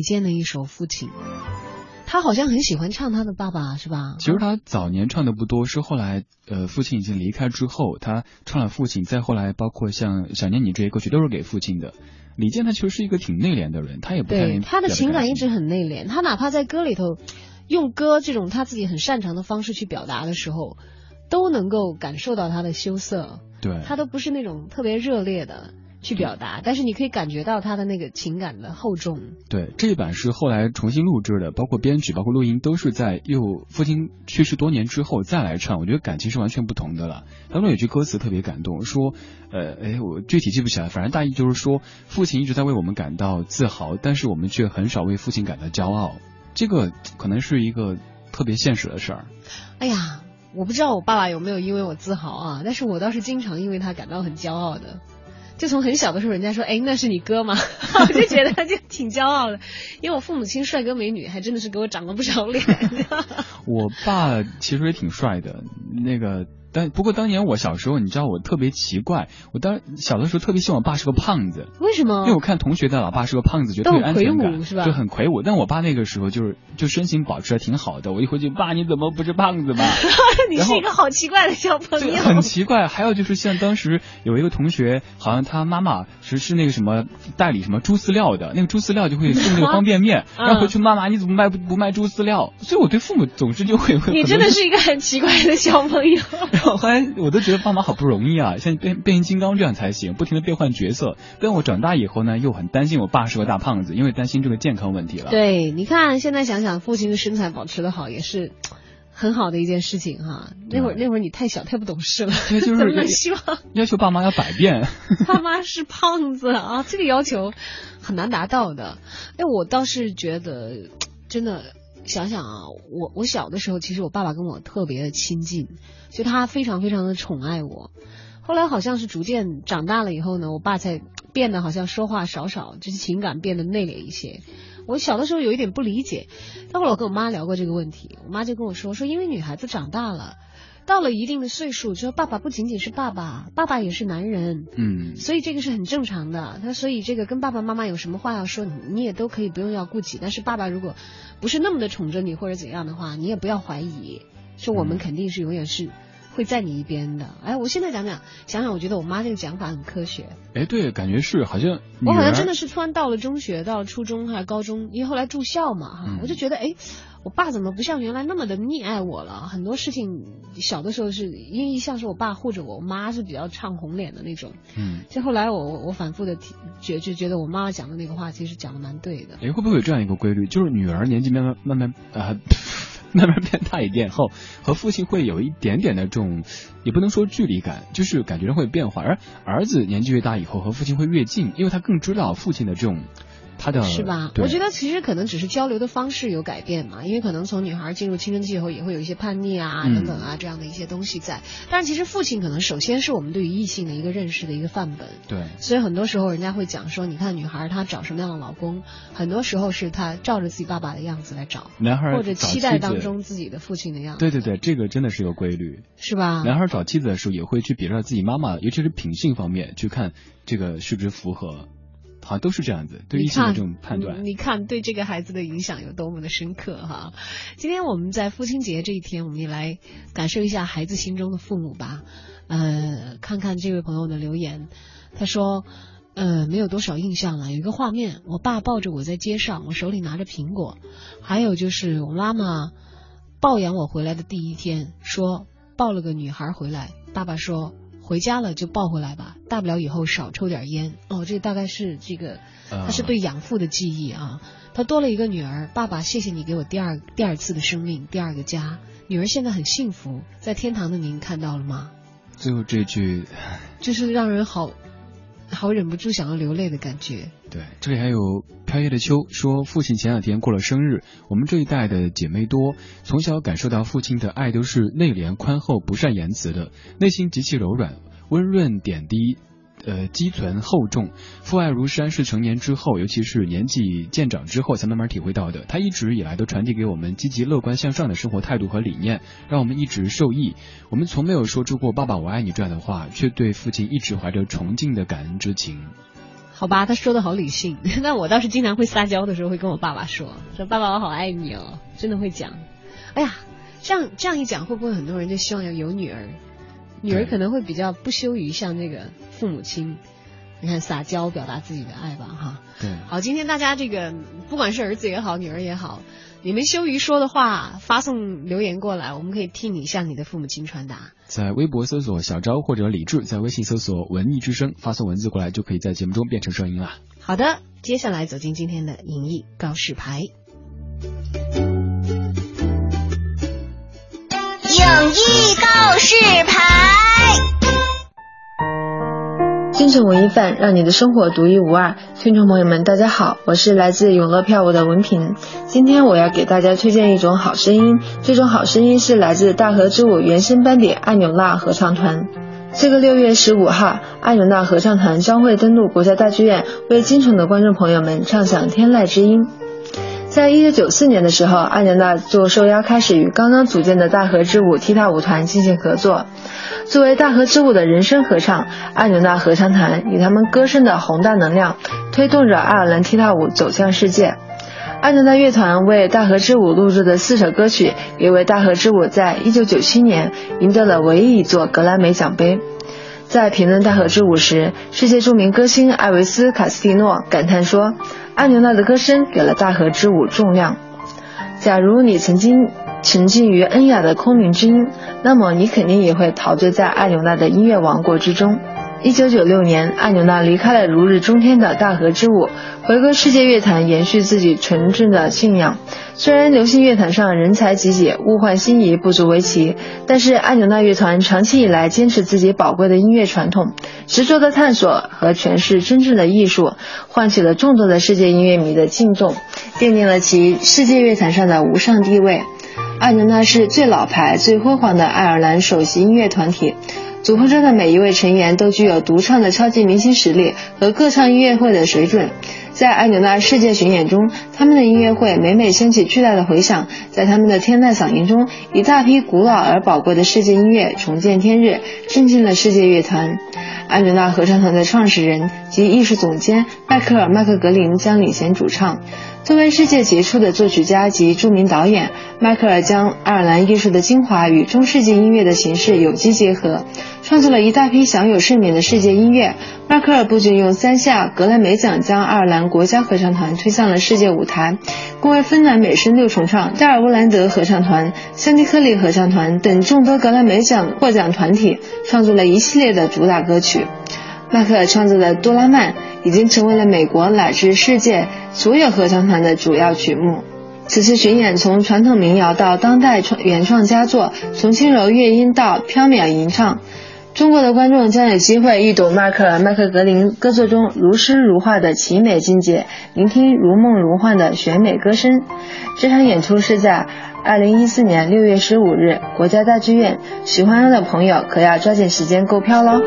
健的一首《父亲》。他好像很喜欢唱他的爸爸，是吧？ 其实他早年唱的不多，是后来呃父亲已经离开之后，他唱了父亲，再后来包括像《想念你》这些歌曲都是给父亲的。李健他其实是一个挺内敛的人，他也不太对他的情感一直很内敛，他哪怕在歌里头用歌这种他自己很擅长的方式去表达的时候，都能够感受到他的羞涩。 对， 他都不是那种特别热烈的去表达，但是你可以感觉到他的那个情感的厚重。 对，这一版是后来重新录制的，包括编曲包括录音都是在又父亲去世多年之后再来唱，我觉得感情是完全不同的了。当中有句歌词特别感动，说呃哎我具体记不起来，反正大意就是说父亲一直在为我们感到自豪，但是我们却很少为父亲感到骄傲，这个可能是一个特别现实的事儿。 哎呀，我不知道我爸爸有没有因为我自豪啊，但是我倒是经常因为他感到很骄傲的。就从很小的时候人家说哎那是你哥吗我就觉得就挺骄傲的，因为我父母亲帅哥美女还真的是给我长了不少脸我爸其实也挺帅的，那个但不过当年我小时候你知道我特别奇怪，我当小的时候特别希望我爸是个胖子。 为什么？ 因为我看同学的老爸是个胖子觉得特别安全感， 是吧？ 就很魁梧，但我爸那个时候就是就身形保持的挺好的，我一回去爸你怎么不是胖子吗你是一个好奇怪的小朋友。 很奇怪。还有就是像当时有一个同学好像他妈妈是是那个什么代理什么猪饲料的，那个猪饲料就会送那个方便面然后回去妈妈你怎么卖不不卖猪饲料，所以我对父母总是就会会你真的是一个很奇怪的小朋友然后后来我都觉得爸妈好不容易啊，像变变形金刚这样才行，不停的变换角色。但我长大以后呢又很担心我爸是个大胖子，因为担心这个健康问题了。 对，你看现在想想父亲的身材保持的好也是很好的一件事情哈。那会儿那会儿你太小太不懂事了， 对，就是怎么能希望要求爸妈要百变爸妈是胖子啊，这个要求很难达到的。哎，我倒是觉得真的想想啊，我我小的时候其实我爸爸跟我特别的亲近，就他非常非常的宠爱我。后来好像是逐渐长大了以后呢，我爸才变得好像说话少少，就是情感变得内敛一些。我小的时候有一点不理解，待会儿我跟我妈聊过这个问题，我妈就跟我说说因为女孩子长大了，到了一定的岁数，说爸爸不仅仅是爸爸，爸爸也是男人， 嗯， 所以这个是很正常的。他所以这个跟爸爸妈妈有什么话要说，你你也都可以不用要顾及。但是爸爸如果不是那么的宠着你或者怎样的话，你也不要怀疑，说我们肯定是永远是会在你一边的。哎，我现在讲讲想想，我觉得我妈这个讲法很科学。 哎，对，感觉是好像我好像真的是突然到了中学，到了初中还是高中，因为后来住校嘛哈、嗯，我就觉得哎。我爸怎么不像原来那么的溺爱我了？很多事情小的时候是因为一向是我爸护着我，我妈是比较唱红脸的那种。嗯，就后来我我反复的觉就觉得我妈妈讲的那个话其实讲的蛮对的。 哎，会不会有这样一个规律，就是女儿年纪慢慢慢慢呃慢慢变大一点后，和父亲会有一点点的这种，也不能说距离感，就是感觉上会变化，而儿子年纪越大以后和父亲会越近，因为他更知道父亲的这种。他的是吧？我觉得其实可能只是交流的方式有改变嘛，因为可能从女孩进入青春期以后也会有一些叛逆啊、嗯、等等啊这样的一些东西在。但是其实父亲可能首先是我们对于异性的一个认识的一个范本。 对。 所以很多时候人家会讲说，你看女孩她找什么样的老公，很多时候是她照着自己爸爸的样子来找， 男孩或者期待当中自己的父亲的样子。 对对对，这个真的是个规律， 是吧？ 男孩找妻子的时候也会去比较自己妈妈，尤其是品性方面去看这个是不是符合。好像都是这样子，对异性的这种判断。 你看对这个孩子的影响有多么的深刻哈！今天我们在父亲节这一天，我们也来感受一下孩子心中的父母吧。呃，看看这位朋友的留言，他说，呃，没有多少印象了，有一个画面，我爸抱着我在街上，我手里拿着苹果，还有就是我妈妈抱养我回来的第一天，说抱了个女孩回来，爸爸说。回家了就抱回来吧，大不了以后少抽点烟。哦，这大概是这个，他是对养父的记忆啊。他多了一个女儿，爸爸，谢谢你给我第二第二次的生命，第二个家。女儿现在很幸福，在天堂的您看到了吗？ 最后这句， 就是让人好好忍不住想要流泪的感觉。 对，这里还有飘叶的秋说，父亲前两天过了生日，我们这一代的姐妹多，从小感受到父亲的爱都是内敛宽厚不善言辞的，内心极其柔软温润点滴呃，积存厚重，父爱如山是成年之后，尤其是年纪渐长之后才慢慢体会到的。他一直以来都传递给我们积极乐观向上的生活态度和理念，让我们一直受益。我们从没有说出过爸爸我爱你这样的话，却对父亲一直怀着崇敬的感恩之情。 好吧，他说的好理性。那我倒是经常会撒娇的时候会跟我爸爸说，说爸爸我好爱你哦，真的会讲。哎呀，这样这样一讲，会不会很多人就希望有女儿？女儿可能会比较不羞于向这个父母亲，你看撒娇表达自己的爱吧，哈。 对。 好，今天大家这个不管是儿子也好，女儿也好，你们羞于说的话，发送留言过来，我们可以替你向你的父母亲传达。 在微博搜索小昭或者李志，在微信搜索文艺之声，发送文字过来就可以在节目中变成声音了。 好的，接下来走进今天的影艺告示牌。 影艺告示牌。 京城文艺范，让你的生活独一无二。听众朋友们大家好，我是来自永乐票务的文平。今天我要给大家推荐一种好声音，这种好声音是来自大河之舞原声班底艾纽娜合唱团。这个六月十五号，艾纽娜合唱团将会登陆国家大剧院，为京城的观众朋友们唱响天籁之音。在一九九四年的时候，艾纽娜就受邀开始与刚刚组建的大河之舞踢踏舞团进行合作。作为大河之舞的人声合唱，艾纽娜合唱团以他们歌声的宏大能量，推动着爱尔兰踢踏舞走向世界。艾纽娜乐团为大河之舞录制的四首歌曲，也为大河之舞在一九九七年赢得了唯一一座格莱美奖杯。在评论大河之舞时，世界著名歌星艾维斯·卡斯蒂诺感叹说，艾纽娜的歌声给了大河之舞重量。假如你曾经沉浸于恩雅的空灵之音，那么你肯定也会陶醉在艾纽娜的音乐王国之中。一九九六年，艾纽娜离开了如日中天的大河之舞，回归世界乐坛，延续自己纯正的信仰。虽然流行乐坛上人才济济，物换星移不足为奇，但是艾纽娜乐团长期以来坚持自己宝贵的音乐传统，执着的探索和诠释真正的艺术，唤起了众多的世界音乐迷的敬重，奠定了其世界乐坛上的无上地位。艾纽娜是最老牌、最辉煌的爱尔兰首席音乐团体，组合中的每一位成员都具有独唱的超级明星实力和歌唱音乐会的水准。在艾纽娜世界巡演中，他们的音乐会每每掀起巨大的回响，在他们的天籁嗓音中，一大批古老而宝贵的世界音乐重见天日，震惊了世界乐坛。艾纽娜合唱团的创始人及艺术总监迈克尔·麦克格林将领衔主唱。作为世界杰出的作曲家及著名导演，迈克尔将爱尔兰艺术的精华与中世纪音乐的形式有机结合，创作了一大批享有盛名的世界音乐。迈克尔不仅用三下格莱美奖将爱尔兰国家合唱团推向了世界舞台，更为芬兰美声六重唱、戴尔乌兰德合唱团、香蒂克利合唱团等众多格莱美奖获奖团体创作了一系列的主打歌曲。迈克尔创作的《多拉曼》已经成为了美国乃至世界所有合唱团的主要曲目。此次巡演从传统民谣到当代原创佳作，从轻柔乐音到飘渺吟唱，中国的观众将有机会一睹迈克尔·麦克格林歌作中如诗如画的奇美境界，聆听如梦如幻的选美歌声。这场演出是在二零一四年六月十五日国家大剧院，喜欢的朋友可要抓紧时间购票咯。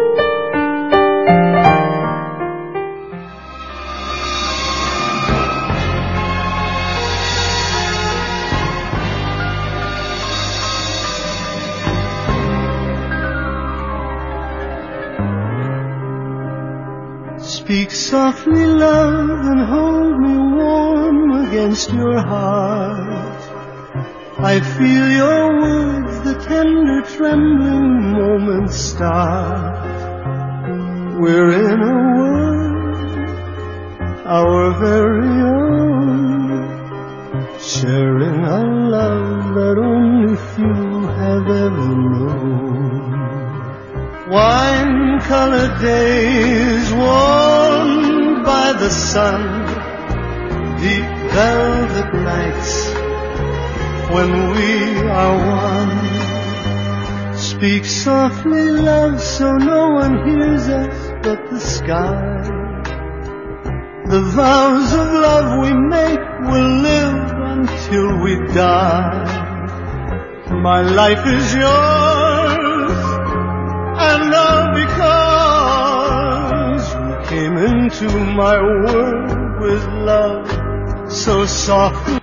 Speak softly, love, and hold me warm against your heart. I feel your words, the tender trembling moments start. We're in a world, our very own, sharing a love that only few have ever known. Wine-colored days warmed by the sun, deep velvet nights when we are one. Speak softly, love, so no one hears us but the sky. The vows of love we make will live until we die. My life is yours, and all because you came into my world with love so softly.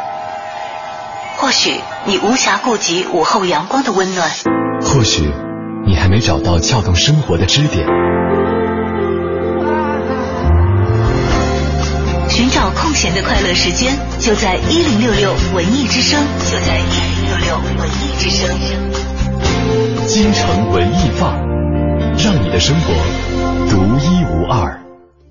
或许你无暇顾及午后阳光的温暖， 或许你还没找到撬动生活的支点。 寻找空闲的快乐时间，就在一零六六文艺之声，就在一零六六文艺之声。 京城文艺范儿，让你的生活独一无二。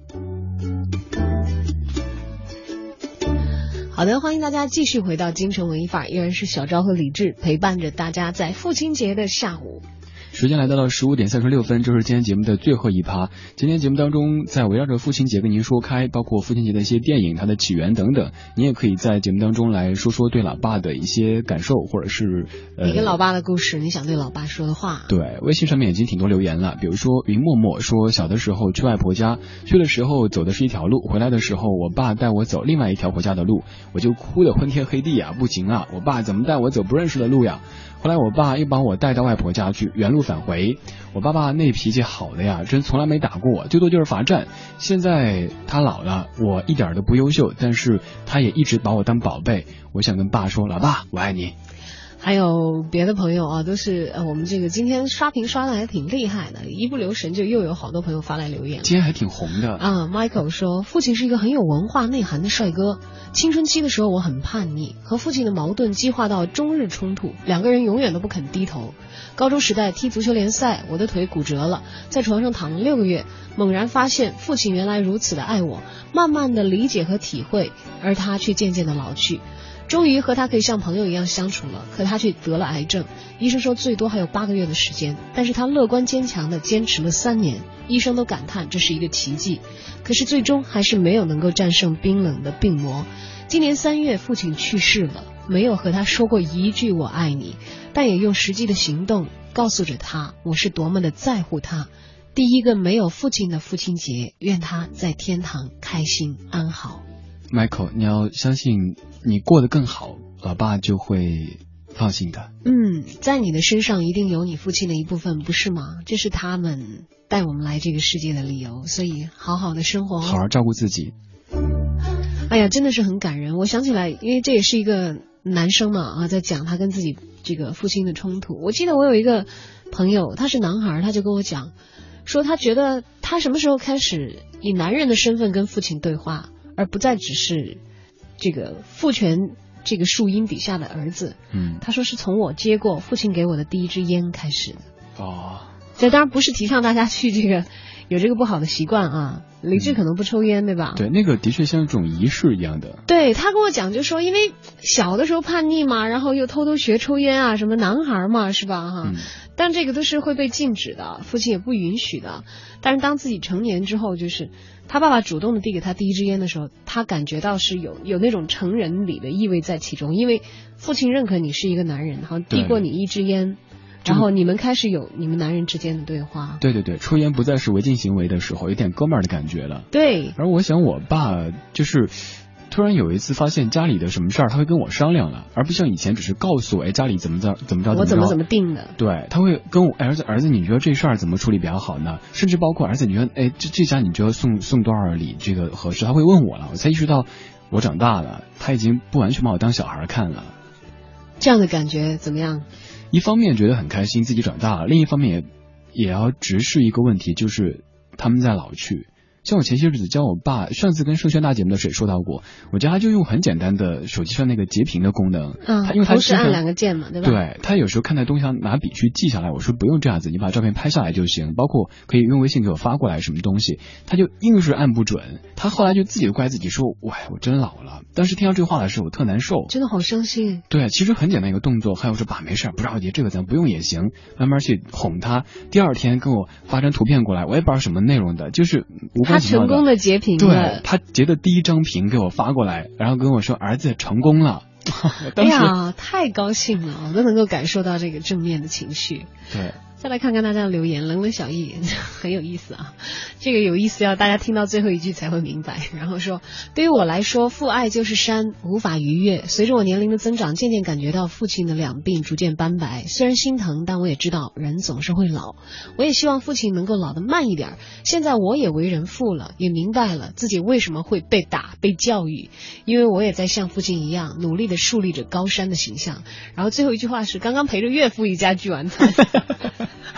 好的，欢迎大家继续回到京城文艺范儿，依然是小昭和李志陪伴着大家在父亲节的下午。 时间来到了十五点三十六分，这是今天节目的最后一趴。今天节目当中，在围绕着父亲节跟您说开，包括父亲节的一些电影、它的起源等等，你也可以在节目当中来说说对老爸的一些感受，或者是呃你跟老爸的故事，你想对老爸说的话。 对，微信上面已经挺多留言了，比如说云默默说，小的时候去外婆家，去的时候走的是一条路，回来的时候我爸带我走另外一条回家的路，我就哭得昏天黑地啊，不行啊，我爸怎么带我走不认识的路呀？后来我爸又把我带到外婆家去，原路返回。我爸爸那脾气好的呀，真从来没打过我，最多就是罚站。现在他老了，我一点都不优秀，但是他也一直把我当宝贝。我想跟爸说，老爸，我爱你。 还有别的朋友啊，都是呃，我们这个今天刷屏刷的还挺厉害的，一不留神就又有好多朋友发来留言。 今天还挺红的啊。Michael 说，父亲是一个很有文化内涵的帅哥。青春期的时候我很叛逆，和父亲的矛盾激化到中日冲突，两个人永远都不肯低头。高中时代踢足球联赛，我的腿骨折了，在床上躺了六个月，猛然发现父亲原来如此的爱我，慢慢的理解和体会，而他却渐渐的老去。终于和他可以像朋友一样相处了，可他却得了癌症，医生说最多还有八个月的时间，但是他乐观坚强地坚持了三年，医生都感叹这是一个奇迹，可是最终还是没有能够战胜冰冷的病魔。今年三月父亲去世了，没有和他说过一句我爱你，但也用实际的行动告诉着他我是多么的在乎他。第一个没有父亲的父亲节，愿他在天堂开心安好。 Michael， 你要相信你过得更好，老爸就会放心的。 嗯，在你的身上一定有你父亲的一部分，不是吗？这是他们带我们来这个世界的理由，所以好好的生活， 好好照顾自己。 哎呀，真的是很感人。我想起来，因为这也是一个男生嘛啊，在讲他跟自己这个父亲的冲突。我记得我有一个朋友，他是男孩，他就跟我讲说，他觉得他什么时候开始以男人的身份跟父亲对话，而不再只是这个父权这个树荫底下的儿子。 嗯， 他说是从我接过父亲给我的第一支烟开始的。 哦， 这当然不是提倡大家去这个有这个不好的习惯啊。李志可能不抽烟，对吧？ 对，那个的确像一种仪式一样的。 对，他跟我讲，就说因为小的时候叛逆嘛，然后又偷偷学抽烟啊，什么男孩嘛，是吧？哈、 嗯， 但这个都是会被禁止的，父亲也不允许的。但是当自己成年之后，就是他爸爸主动的递给他第一支烟的时候，他感觉到是有有那种成人礼的意味在其中，因为父亲认可你是一个男人，然后递过你一支烟。然后你们开始有你们男人之间的对话。 对对对，抽烟不再是违禁行为的时候，有点哥们儿的感觉了。 对。 而我想我爸就是突然有一次发现家里的什么事儿，他会跟我商量了，而不像以前只是告诉我，哎，家里怎么着怎么着， 我怎么怎么定的。 对，他会跟我儿子儿子，你觉得这事儿怎么处理比较好呢？甚至包括儿子，你觉得哎，这这家你觉得送送多少礼这个合适？他会问我了，我才意识到我长大了，他已经不完全把我当小孩看了。 这样的感觉怎么样？ 一方面觉得很开心自己长大了，另一方面也也要直视一个问题，就是他们在老去。像我前些日子教我爸，上次跟盛轩大节目的时候也说到过，我家他就用很简单的手机上那个截屏的功能， 嗯， 他因为他同时按两个键嘛，对吧？ 对，他有时候看到东西想拿笔去记下来，我说不用这样子，你把照片拍下来就行，包括可以用微信给我发过来什么东西，他就硬是按不准，他后来就自己怪自己说，喂，我真老了。当时听到这话的时候，我特难受， 真的好伤心。 对，其实很简单一个动作，还有说爸没事不着急，这个咱不用也行，慢慢去哄他。第二天跟我发张图片过来，我也不知道什么内容的，就是无关紧要的。 他成功的截屏了， 对，他截的第一张屏给我发过来，然后跟我说儿子成功了。 哎呀，太高兴了，我都能够感受到这个正面的情绪。 对。 再来看看大家的留言，冷冷小易很有意思啊，这个有意思要大家听到最后一句才会明白。然后说，对于我来说，父爱就是山，无法逾越。随着我年龄的增长，渐渐感觉到父亲的两鬓逐渐斑白，虽然心疼，但我也知道人总是会老。我也希望父亲能够老得慢一点。现在我也为人父了，也明白了自己为什么会被打、被教育，因为我也在像父亲一样努力地树立着高山的形象。然后最后一句话是，刚刚陪着岳父一家聚完餐。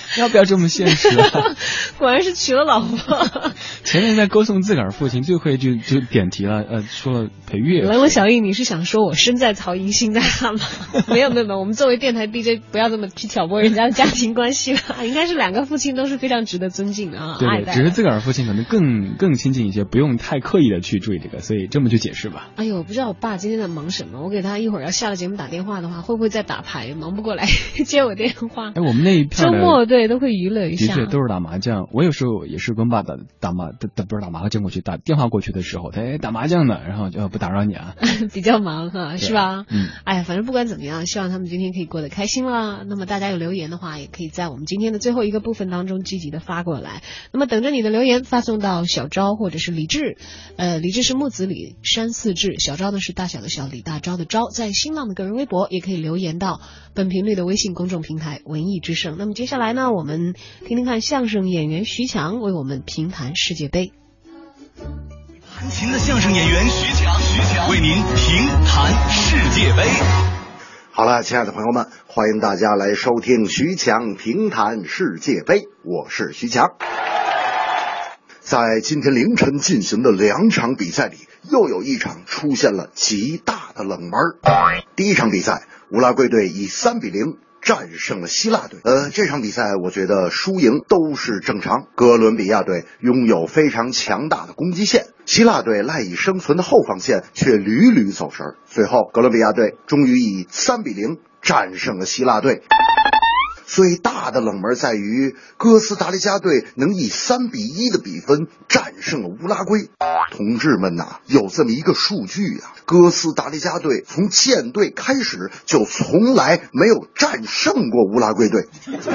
要不要这么现实啊？ 果然是娶了老婆。 前面在歌颂自个儿父亲，最后一句就点题了，呃，说了裴岳。 冷冷小易，你是想说我身在曹营心在汉吗？没有没有没有，我们作为电台 D J 不要这么去挑拨人家的家庭关系了，应该是两个父亲都是非常值得尊敬的啊。 对对，只是自个儿父亲可能更更亲近一些，不用太刻意的去注意这个，所以这么去解释吧。 哎呦，我不知道我爸今天在忙什么，我给他一会儿要下了节目打电话的话，会不会在打牌，忙不过来接我电话？ 哎，我们那一片周末对都会娱乐一下， 的确都是打麻将。我有时候也是跟爸打打麻，打不是打麻将过去，打电话过去的时候，他哎打麻将呢，然后就不打扰你啊， 比较忙哈，是吧？ 嗯， 哎呀，反正不管怎么样，希望他们今天可以过得开心啦。那么大家有留言的话，也可以在我们今天的最后一个部分当中积极的发过来。那么等着你的留言发送到小昭或者是李志，呃，李志是木子李山寺志，小昭呢是大小的小李大昭的昭，在新浪的个人微博也可以留言到本频率的微信公众平台文艺之声。那么接下来呢，我们听听看相声演员徐强为我们评弹世界杯。 弹琴的相声演员徐强，徐强为您评弹世界杯。 好了，亲爱的朋友们，欢迎大家来收听徐强评弹世界杯，我是徐强。在今天凌晨进行的两场比赛里，又有一场出现了极大的冷门。第一场比赛，乌拉圭队以三比零战胜了希腊队。呃，这场比赛我觉得输赢都是正常。哥伦比亚队拥有非常强大的攻击线，希腊队赖以生存的后防线却屡屡走神。最后，哥伦比亚队终于以三比零战胜了希腊队。最大的冷门在于哥斯达黎加队能以三比一的比分战胜了乌拉圭。同志们呐、啊，有这么一个数据啊，哥斯达黎加队从建队开始就从来没有战胜过乌拉圭队。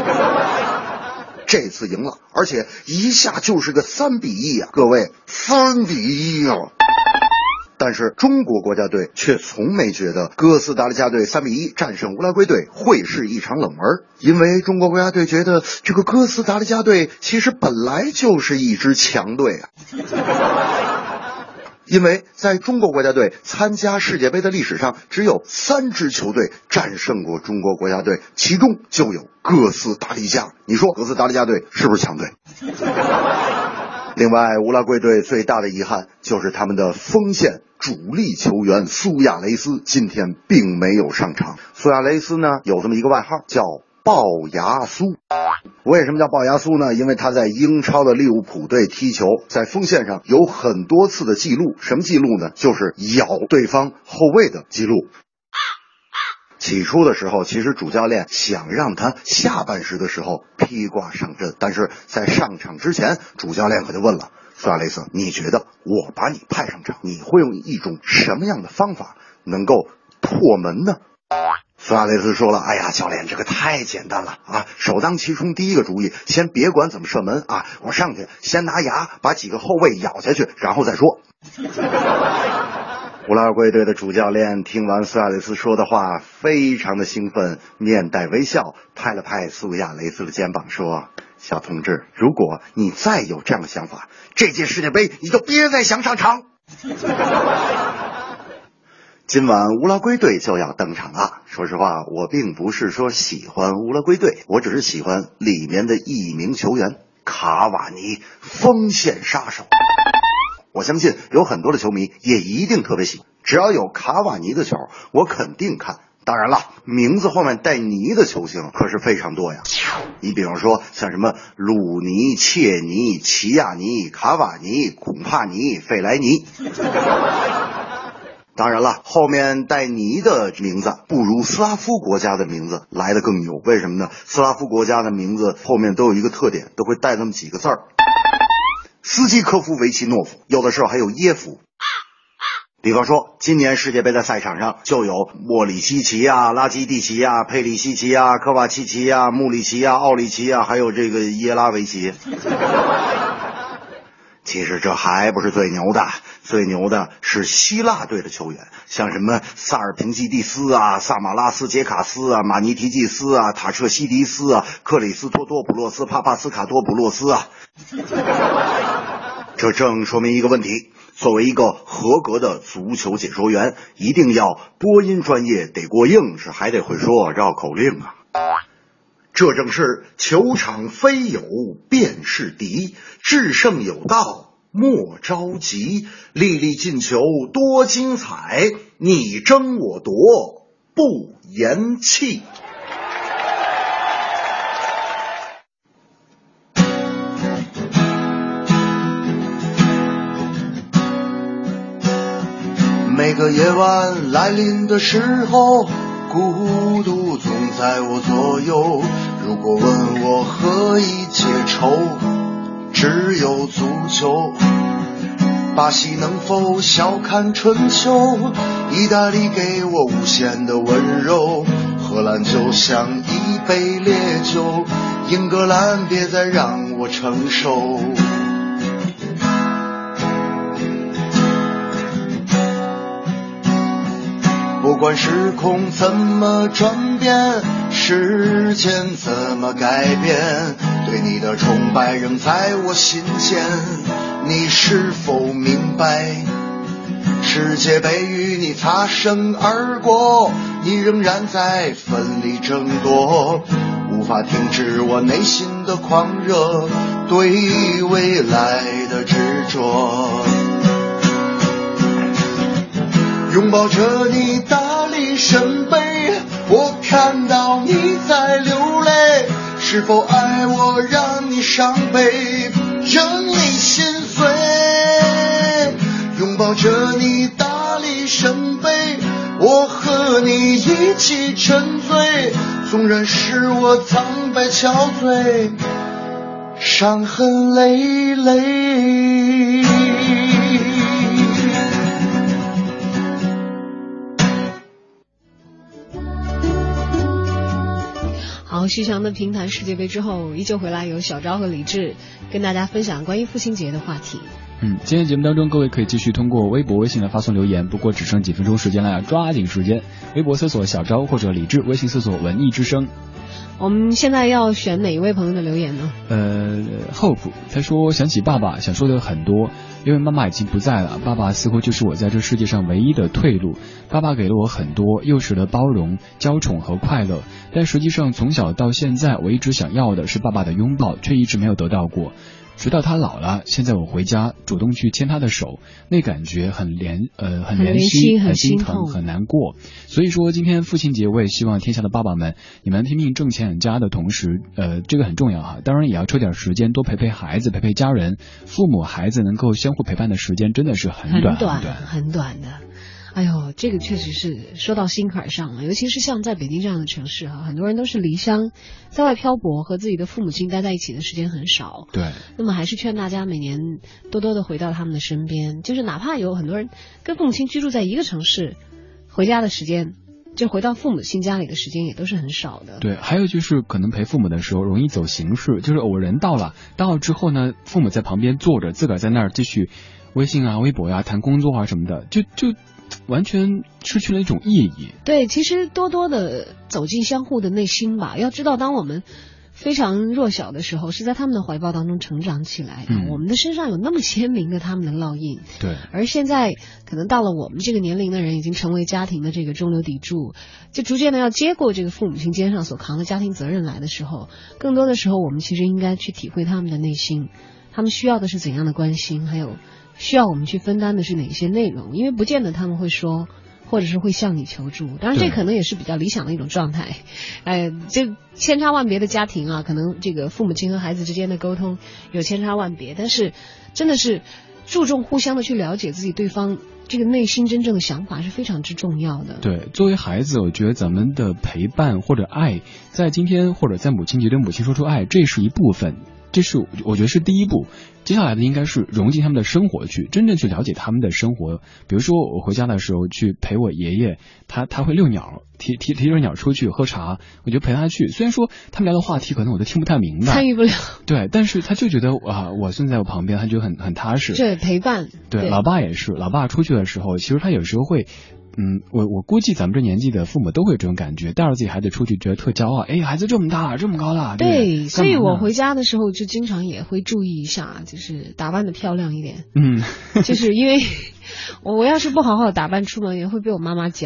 这次赢了，而且一下就是个三比一啊！各位，三比一啊！但是中国国家队却从没觉得哥斯达黎加队三比一战胜乌拉圭队会是一场冷门，因为中国国家队觉得这个哥斯达黎加队其实本来就是一支强队啊。因为在中国国家队参加世界杯的历史上，只有三支球队战胜过中国国家队，其中就有哥斯达黎加。你说哥斯达黎加队是不是强队？另外，乌拉圭队最大的遗憾就是他们的锋线主力球员苏亚雷斯今天并没有上场。苏亚雷斯呢，有这么一个外号叫龅牙苏。为什么叫龅牙苏呢？因为他在英超的利物浦队踢球，在锋线上有很多次的记录。什么记录呢？就是咬对方后卫的记录。起初的时候，其实主教练想让他下半时的时候披挂上阵，但是在上场之前，主教练可就问了苏亚雷斯，你觉得我把你派上场，你会用一种什么样的方法能够破门呢？苏亚雷斯说了，哎呀，教练，这个太简单了啊！首当其冲，第一个主意，先别管怎么射门啊，我上去先拿牙把几个后卫咬下去，然后再说。乌拉圭队的主教练听完苏亚雷斯说的话，非常的兴奋，面带微笑，拍了拍苏亚雷斯的肩膀说，小同志，如果你再有这样的想法，这届世界杯你就别再想上场。今晚乌拉圭队就要登场了。说实话，我并不是说喜欢乌拉圭队，我只是喜欢里面的一名球员卡瓦尼，锋线杀手。我相信有很多的球迷也一定特别喜欢，只要有卡瓦尼的球，我肯定看。当然了，名字后面带尼的球星可是非常多呀。你比方说像什么鲁尼、切尼、齐亚尼、卡瓦尼、孔帕尼、费莱尼。当然了，后面带尼的名字不如斯拉夫国家的名字来得更牛。为什么呢？斯拉夫国家的名字后面都有一个特点，都会带那么几个字儿。斯基科夫、维奇诺夫，有的时候还有耶夫。比方说今年世界杯的赛场上就有莫里西奇啊、拉基蒂奇啊、佩里西奇啊、科瓦契奇啊、穆里奇啊、奥里奇啊，还有这个耶拉维奇。其实这还不是最牛的，最牛的是希腊队的球员，像什么萨尔平基蒂斯啊、萨马拉斯杰卡斯啊、马尼提季斯啊、塔彻西迪斯啊、克里斯托多普洛斯、帕帕斯卡多普洛斯啊。这正说明一个问题，作为一个合格的足球解说员，一定要播音专业，得过硬，是还得会说绕口令啊。 这正是球场非友便是敌，制胜有道莫着急，粒粒进球多精彩，你争我夺不言弃。每个夜晚来临的时候，孤独总在我左右。如果问我何以解愁，只有足球。巴西能否笑看春秋？意大利给我无限的温柔。荷兰就像一杯烈酒，英格兰别再让我承受。不管时空怎么转变，时间怎么改变，对你的崇拜仍在我心间。你是否明白，世界杯与你擦身而过，你仍然在奋力争夺，无法停止我内心的狂热，对未来的执着。拥抱着你大力神杯，我看到你在流泪，是否爱我让你伤悲，让你心碎？拥抱着你大力神杯，我和你一起沉醉，纵然使我苍白憔悴，伤痕累累。 好，徐翔的评弹世界杯之后，依旧回来有小昭和李志跟大家分享关于父亲节的话题。 嗯，今天节目当中，各位可以继续通过微博、微信来发送留言，不过只剩几分钟时间了，抓紧时间。微博搜索小昭或者李志，微信搜索文艺之声。 我们现在要选哪一位朋友的留言呢？ 呃 Hope 他说想起爸爸，想说的很多，因为妈妈已经不在了，爸爸似乎就是我在这世界上唯一的退路。爸爸给了我很多幼时的包容、娇宠和快乐，但实际上从小到现在，我一直想要的是爸爸的拥抱，却一直没有得到过。直到他老了，现在我回家主动去牵他的手，那感觉很怜呃很怜惜，很心疼，很难过。所以说今天父亲节，我也希望天下的爸爸们，你们拼命挣钱家的同时，呃这个很重要哈，当然也要抽点时间多陪陪孩子，陪陪家人。父母孩子能够相互陪伴的时间真的是很短很短很短很短的。哎呦，这个确实是说到心坎上了，尤其是像在北京这样的城市哈，很多人都是离乡在外漂泊，和自己的父母亲待在一起的时间很少。 对， 那么还是劝大家每年多多的回到他们的身边，就是哪怕有很多人跟父母亲居住在一个城市，回家的时间就回到父母亲家里的时间也都是很少的。 对，还有就是可能陪父母的时候容易走形式，就是偶人到了，到了之后呢，父母在旁边坐着，自个儿在那儿继续微信啊、微博呀、啊、谈工作啊什么的，就就完全失去了一种意义。 对，其实多多的走进相互的内心吧。要知道，当我们非常弱小的时候，是在他们的怀抱当中成长起来的、嗯、我们的身上有那么鲜明的他们的烙印。 对， 而现在可能到了我们这个年龄的人，已经成为家庭的这个中流砥柱，就逐渐的要接过这个父母亲肩上所扛的家庭责任来的时候，更多的时候我们其实应该去体会他们的内心，他们需要的是怎样的关心，还有需要我们去分担的是哪些内容，因为不见得他们会说，或者是会向你求助。当然这可能也是比较理想的一种状态。呃，这千差万别的家庭啊，可能这个父母亲和孩子之间的沟通有千差万别，但是真的是注重互相的去了解自己对方这个内心真正的想法是非常之重要的。 对，作为孩子，我觉得咱们的陪伴或者爱，在今天或者在母亲节对母亲说出爱，这是一部分，这是我觉得是第一步。接下来的应该是融进他们的生活去，真正去了解他们的生活。比如说我回家的时候去陪我爷爷，他他会遛鸟，提提提着鸟出去喝茶，我就陪他去。虽然说他们聊的话题可能我都听不太明白， 参与不了， 对，但是他就觉得啊，我孙子在我旁边，他就很很踏实。 对，陪伴。 对，对，老爸也是，老爸出去的时候，其实他有时候会。嗯，我我估计咱们这年纪的父母都会有这种感觉，带着自己孩子出去觉得特骄傲，哎，孩子这么大这么高了。对， 对，所以我回家的时候就经常也会注意一下，就是打扮的漂亮一点。 嗯， 就是因为我我要是不好好打扮出门，也会被我妈妈讲。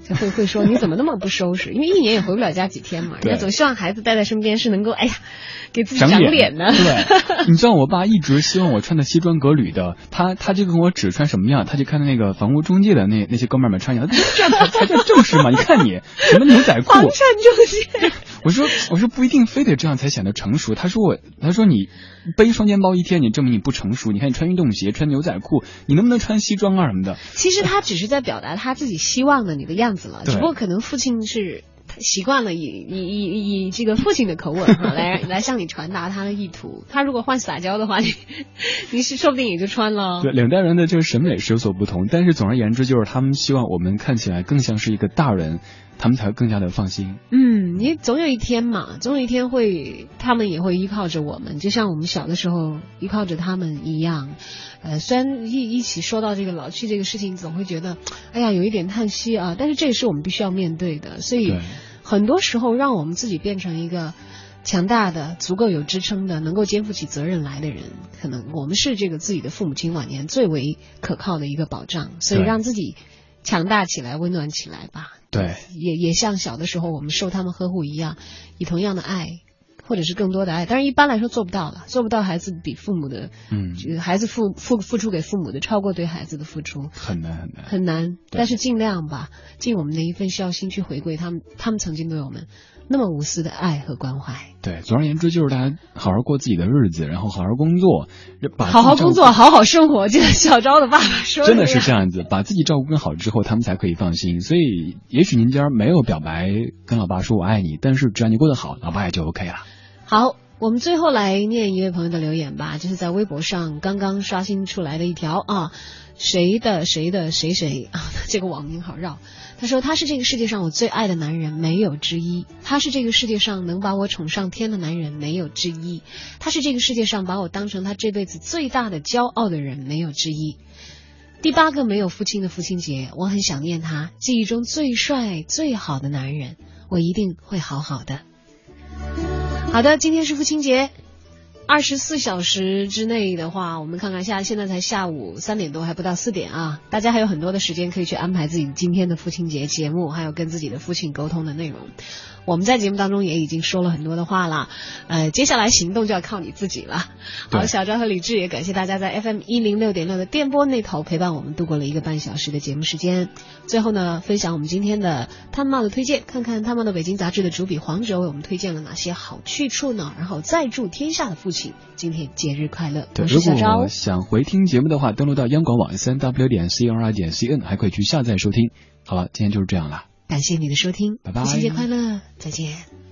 就会会说你怎么那么不收拾？因为一年也回不了家几天嘛，人家总希望孩子待在身边是能够哎呀给自己长脸的。 对，你知道我爸一直希望我穿的西装革履的，他他就跟我指穿什么样，他就看到那个房屋中介的那那些哥们儿们穿样，这样才才叫正式嘛？你看你什么牛仔裤， 房产中介。 我说我说不一定非得这样才显得成熟。他说我他说你背双肩包一天，你证明你不成熟。你看你穿运动鞋，穿牛仔裤，你能不能穿西装啊什么的？ 其实他只是在表达他自己希望的你的样子了，只不过可能父亲是习惯了以以以以这个父亲的口吻哈来来向你传达他的意图。他如果换撒娇的话，你你是说不定也就穿了。 对，两代人的这个审美是有所不同，但是总而言之，就是他们希望我们看起来更像是一个大人，他们才会更加的放心。 嗯，你总有一天嘛，总有一天会，他们也会依靠着我们，就像我们小的时候依靠着他们一样。呃，虽然一一起说到这个老去这个事情，总会觉得，哎呀，有一点叹息啊。但是这也是我们必须要面对的，所以很多时候让我们自己变成一个强大的、足够有支撑的、能够肩负起责任来的人，可能我们是这个自己的父母亲晚年最为可靠的一个保障。所以让自己强大起来，温暖起来吧。 对， 也也像小的时候我们受他们呵护一样，以同样的爱，或者是更多的爱。当然一般来说做不到了，做不到孩子比父母的，嗯，这个孩子付付付出给父母的超过对孩子的付出， 很难很难很难。但是尽量吧，尽我们的一份孝心去回馈他们，他们曾经对我们那么无私的爱和关怀。 对，总而言之就是大家好好过自己的日子，然后好好工作，把好好工作，好好生活。就像小昭的爸爸说的， 真的是这样子，把自己照顾更好之后，他们才可以放心。所以也许您家没有表白跟老爸说我爱你，但是只要你过得好，老爸也就 OK 了。 好，我们最后来念一位朋友的留言吧，就是在微博上刚刚刷新出来的一条啊，谁的谁的谁谁啊，这个网名好绕。他说他是这个世界上我最爱的男人，没有之一。他是这个世界上能把我宠上天的男人，没有之一。他是这个世界上把我当成他这辈子最大的骄傲的人，没有之一。第八个没有父亲的父亲节，我很想念他，记忆中最帅最好的男人，我一定会好好的。好的，今天是父亲节。二十四小时之内的话，我们看看下，现在才下午三点多，还不到四点啊，大家还有很多的时间可以去安排自己今天的父亲节节目，还有跟自己的父亲沟通的内容。我们在节目当中也已经说了很多的话了，呃，接下来行动就要靠你自己了。好，小昭和李志也感谢大家在 F M 一零六点六的电波那头陪伴我们度过了一个半小时的节目时间。最后呢，分享我们今天的汤茂的推荐，看看汤茂的北京杂志的主笔黄哲为我们推荐了哪些好去处呢？然后再祝天下的父亲今天节日快乐。 对， 我是小昭。 如果想回听节目的话，登录到央广网三 w 点 c r i 点 c n， 还可以去下载收听。好了，今天就是这样了， 感谢你的收听， 拜拜， 父亲节快乐，再见。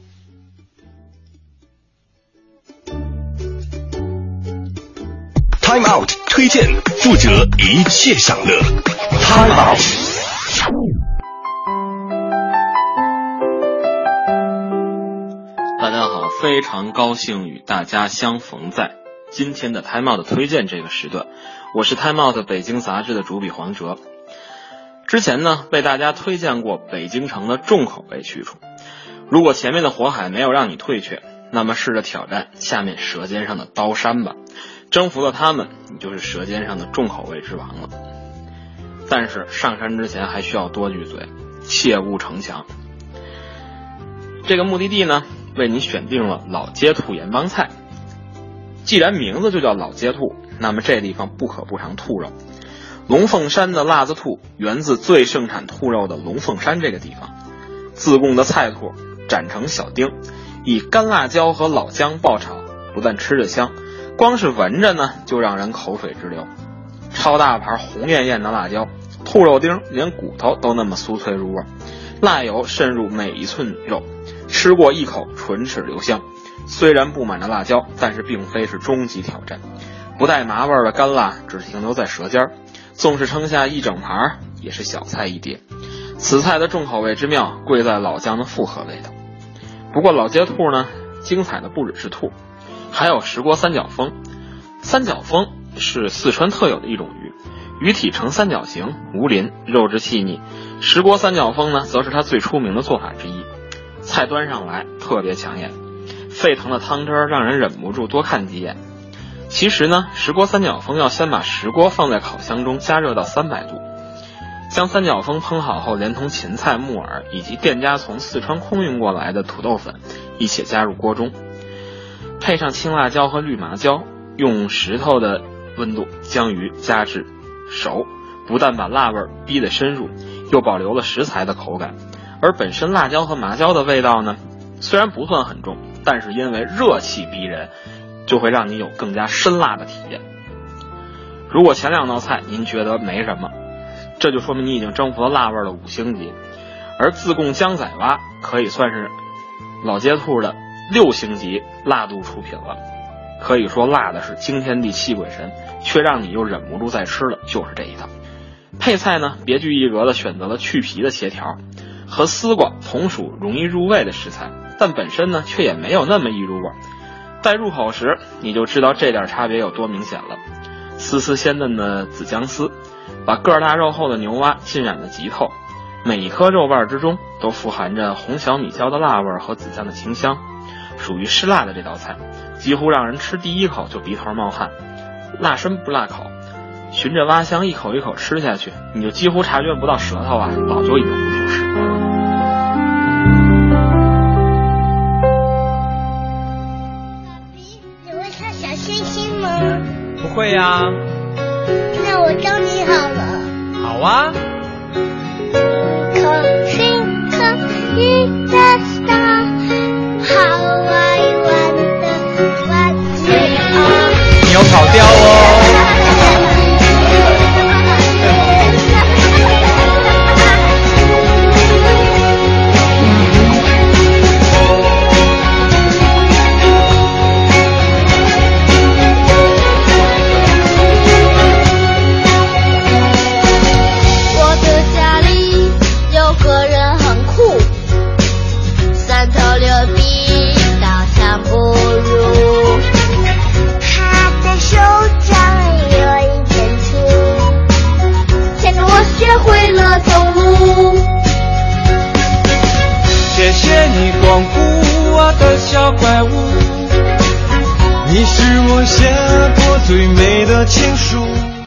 Time Out 推荐，负责一切享乐。Time Out。 大家好，非常高兴与大家相逢在今天的 Time Out 推荐这个时段。我是 Time Out 北京杂志的主笔黄哲。之前呢，被大家推荐过北京城的重口味去处。如果前面的火海没有让你退却，那么试着挑战下面舌尖上的刀山吧。征服了他们，你就是舌尖上的重口味之王了。但是上山之前还需要多句嘴，切勿逞强。这个目的地呢，为你选定了老街兔盐帮菜。既然名字就叫老街兔，那么这地方不可不尝兔肉。龙凤山的辣子兔源自最盛产兔肉的龙凤山这个地方。自贡的菜兔斩成小丁，以干辣椒和老姜爆炒，不但吃着香，光是闻着呢就让人口水直流。超大盘红艳艳的辣椒，兔肉丁连骨头都那么酥脆入味，辣油渗入每一寸肉，吃过一口唇齿留香。虽然布满着辣椒，但是并非是终极挑战，不带麻味的干辣只停留在舌尖，纵是撑下一整盘也是小菜一碟。此菜的重口味之妙贵在老姜的复合味道。不过老街兔呢，精彩的不只是兔，还有石锅三角风。三角风是四川特有的一种鱼，鱼体呈三角形，无鳞，肉质细腻。石锅三角风呢，则是它最出名的做法之一。菜端上来特别抢眼，沸腾的汤汁让人忍不住多看几眼。其实呢，石锅三角风要先把石锅放在烤箱中加热到三百度， 将三角风烹好后，连同芹菜、木耳以及店家从四川空运过来的土豆粉一起加入锅中，配上青辣椒和绿麻椒，用石头的温度将鱼加至熟，不但把辣味逼得深入，又保留了食材的口感。而本身辣椒和麻椒的味道呢，虽然不算很重，但是因为热气逼人，就会让你有更加辛辣的体验。如果前两道菜您觉得没什么，这就说明你已经征服了辣味的五星级，而自贡江仔蛙可以算是老街兔的六星级辣度出品了。可以说辣的是惊天地泣鬼神，却让你又忍不住再吃了，就是这一道。配菜呢，别具一格的选择了去皮的切条，和丝瓜同属容易入味的食材，但本身呢却也没有那么易入味。在入口时你就知道这点差别有多明显了。丝丝鲜嫩的紫姜丝把个儿大肉厚的牛蛙浸染得极透，每一颗肉瓣之中都富含着红小米椒的辣味和紫姜的清香。属于湿辣的这道菜几乎让人吃第一口就鼻头冒汗，辣身不辣口，循着蛙香一口一口吃下去，你就几乎察觉不到舌头啊早就已经不听使唤了。 你会唱小星星吗？ 不会呀、啊。 那我教你好了。 好啊。 Twinkle, little star, how I wonder what you are。 你有跑调哦。 谢谢你光顾我的小怪物，你是我写过最美的情书。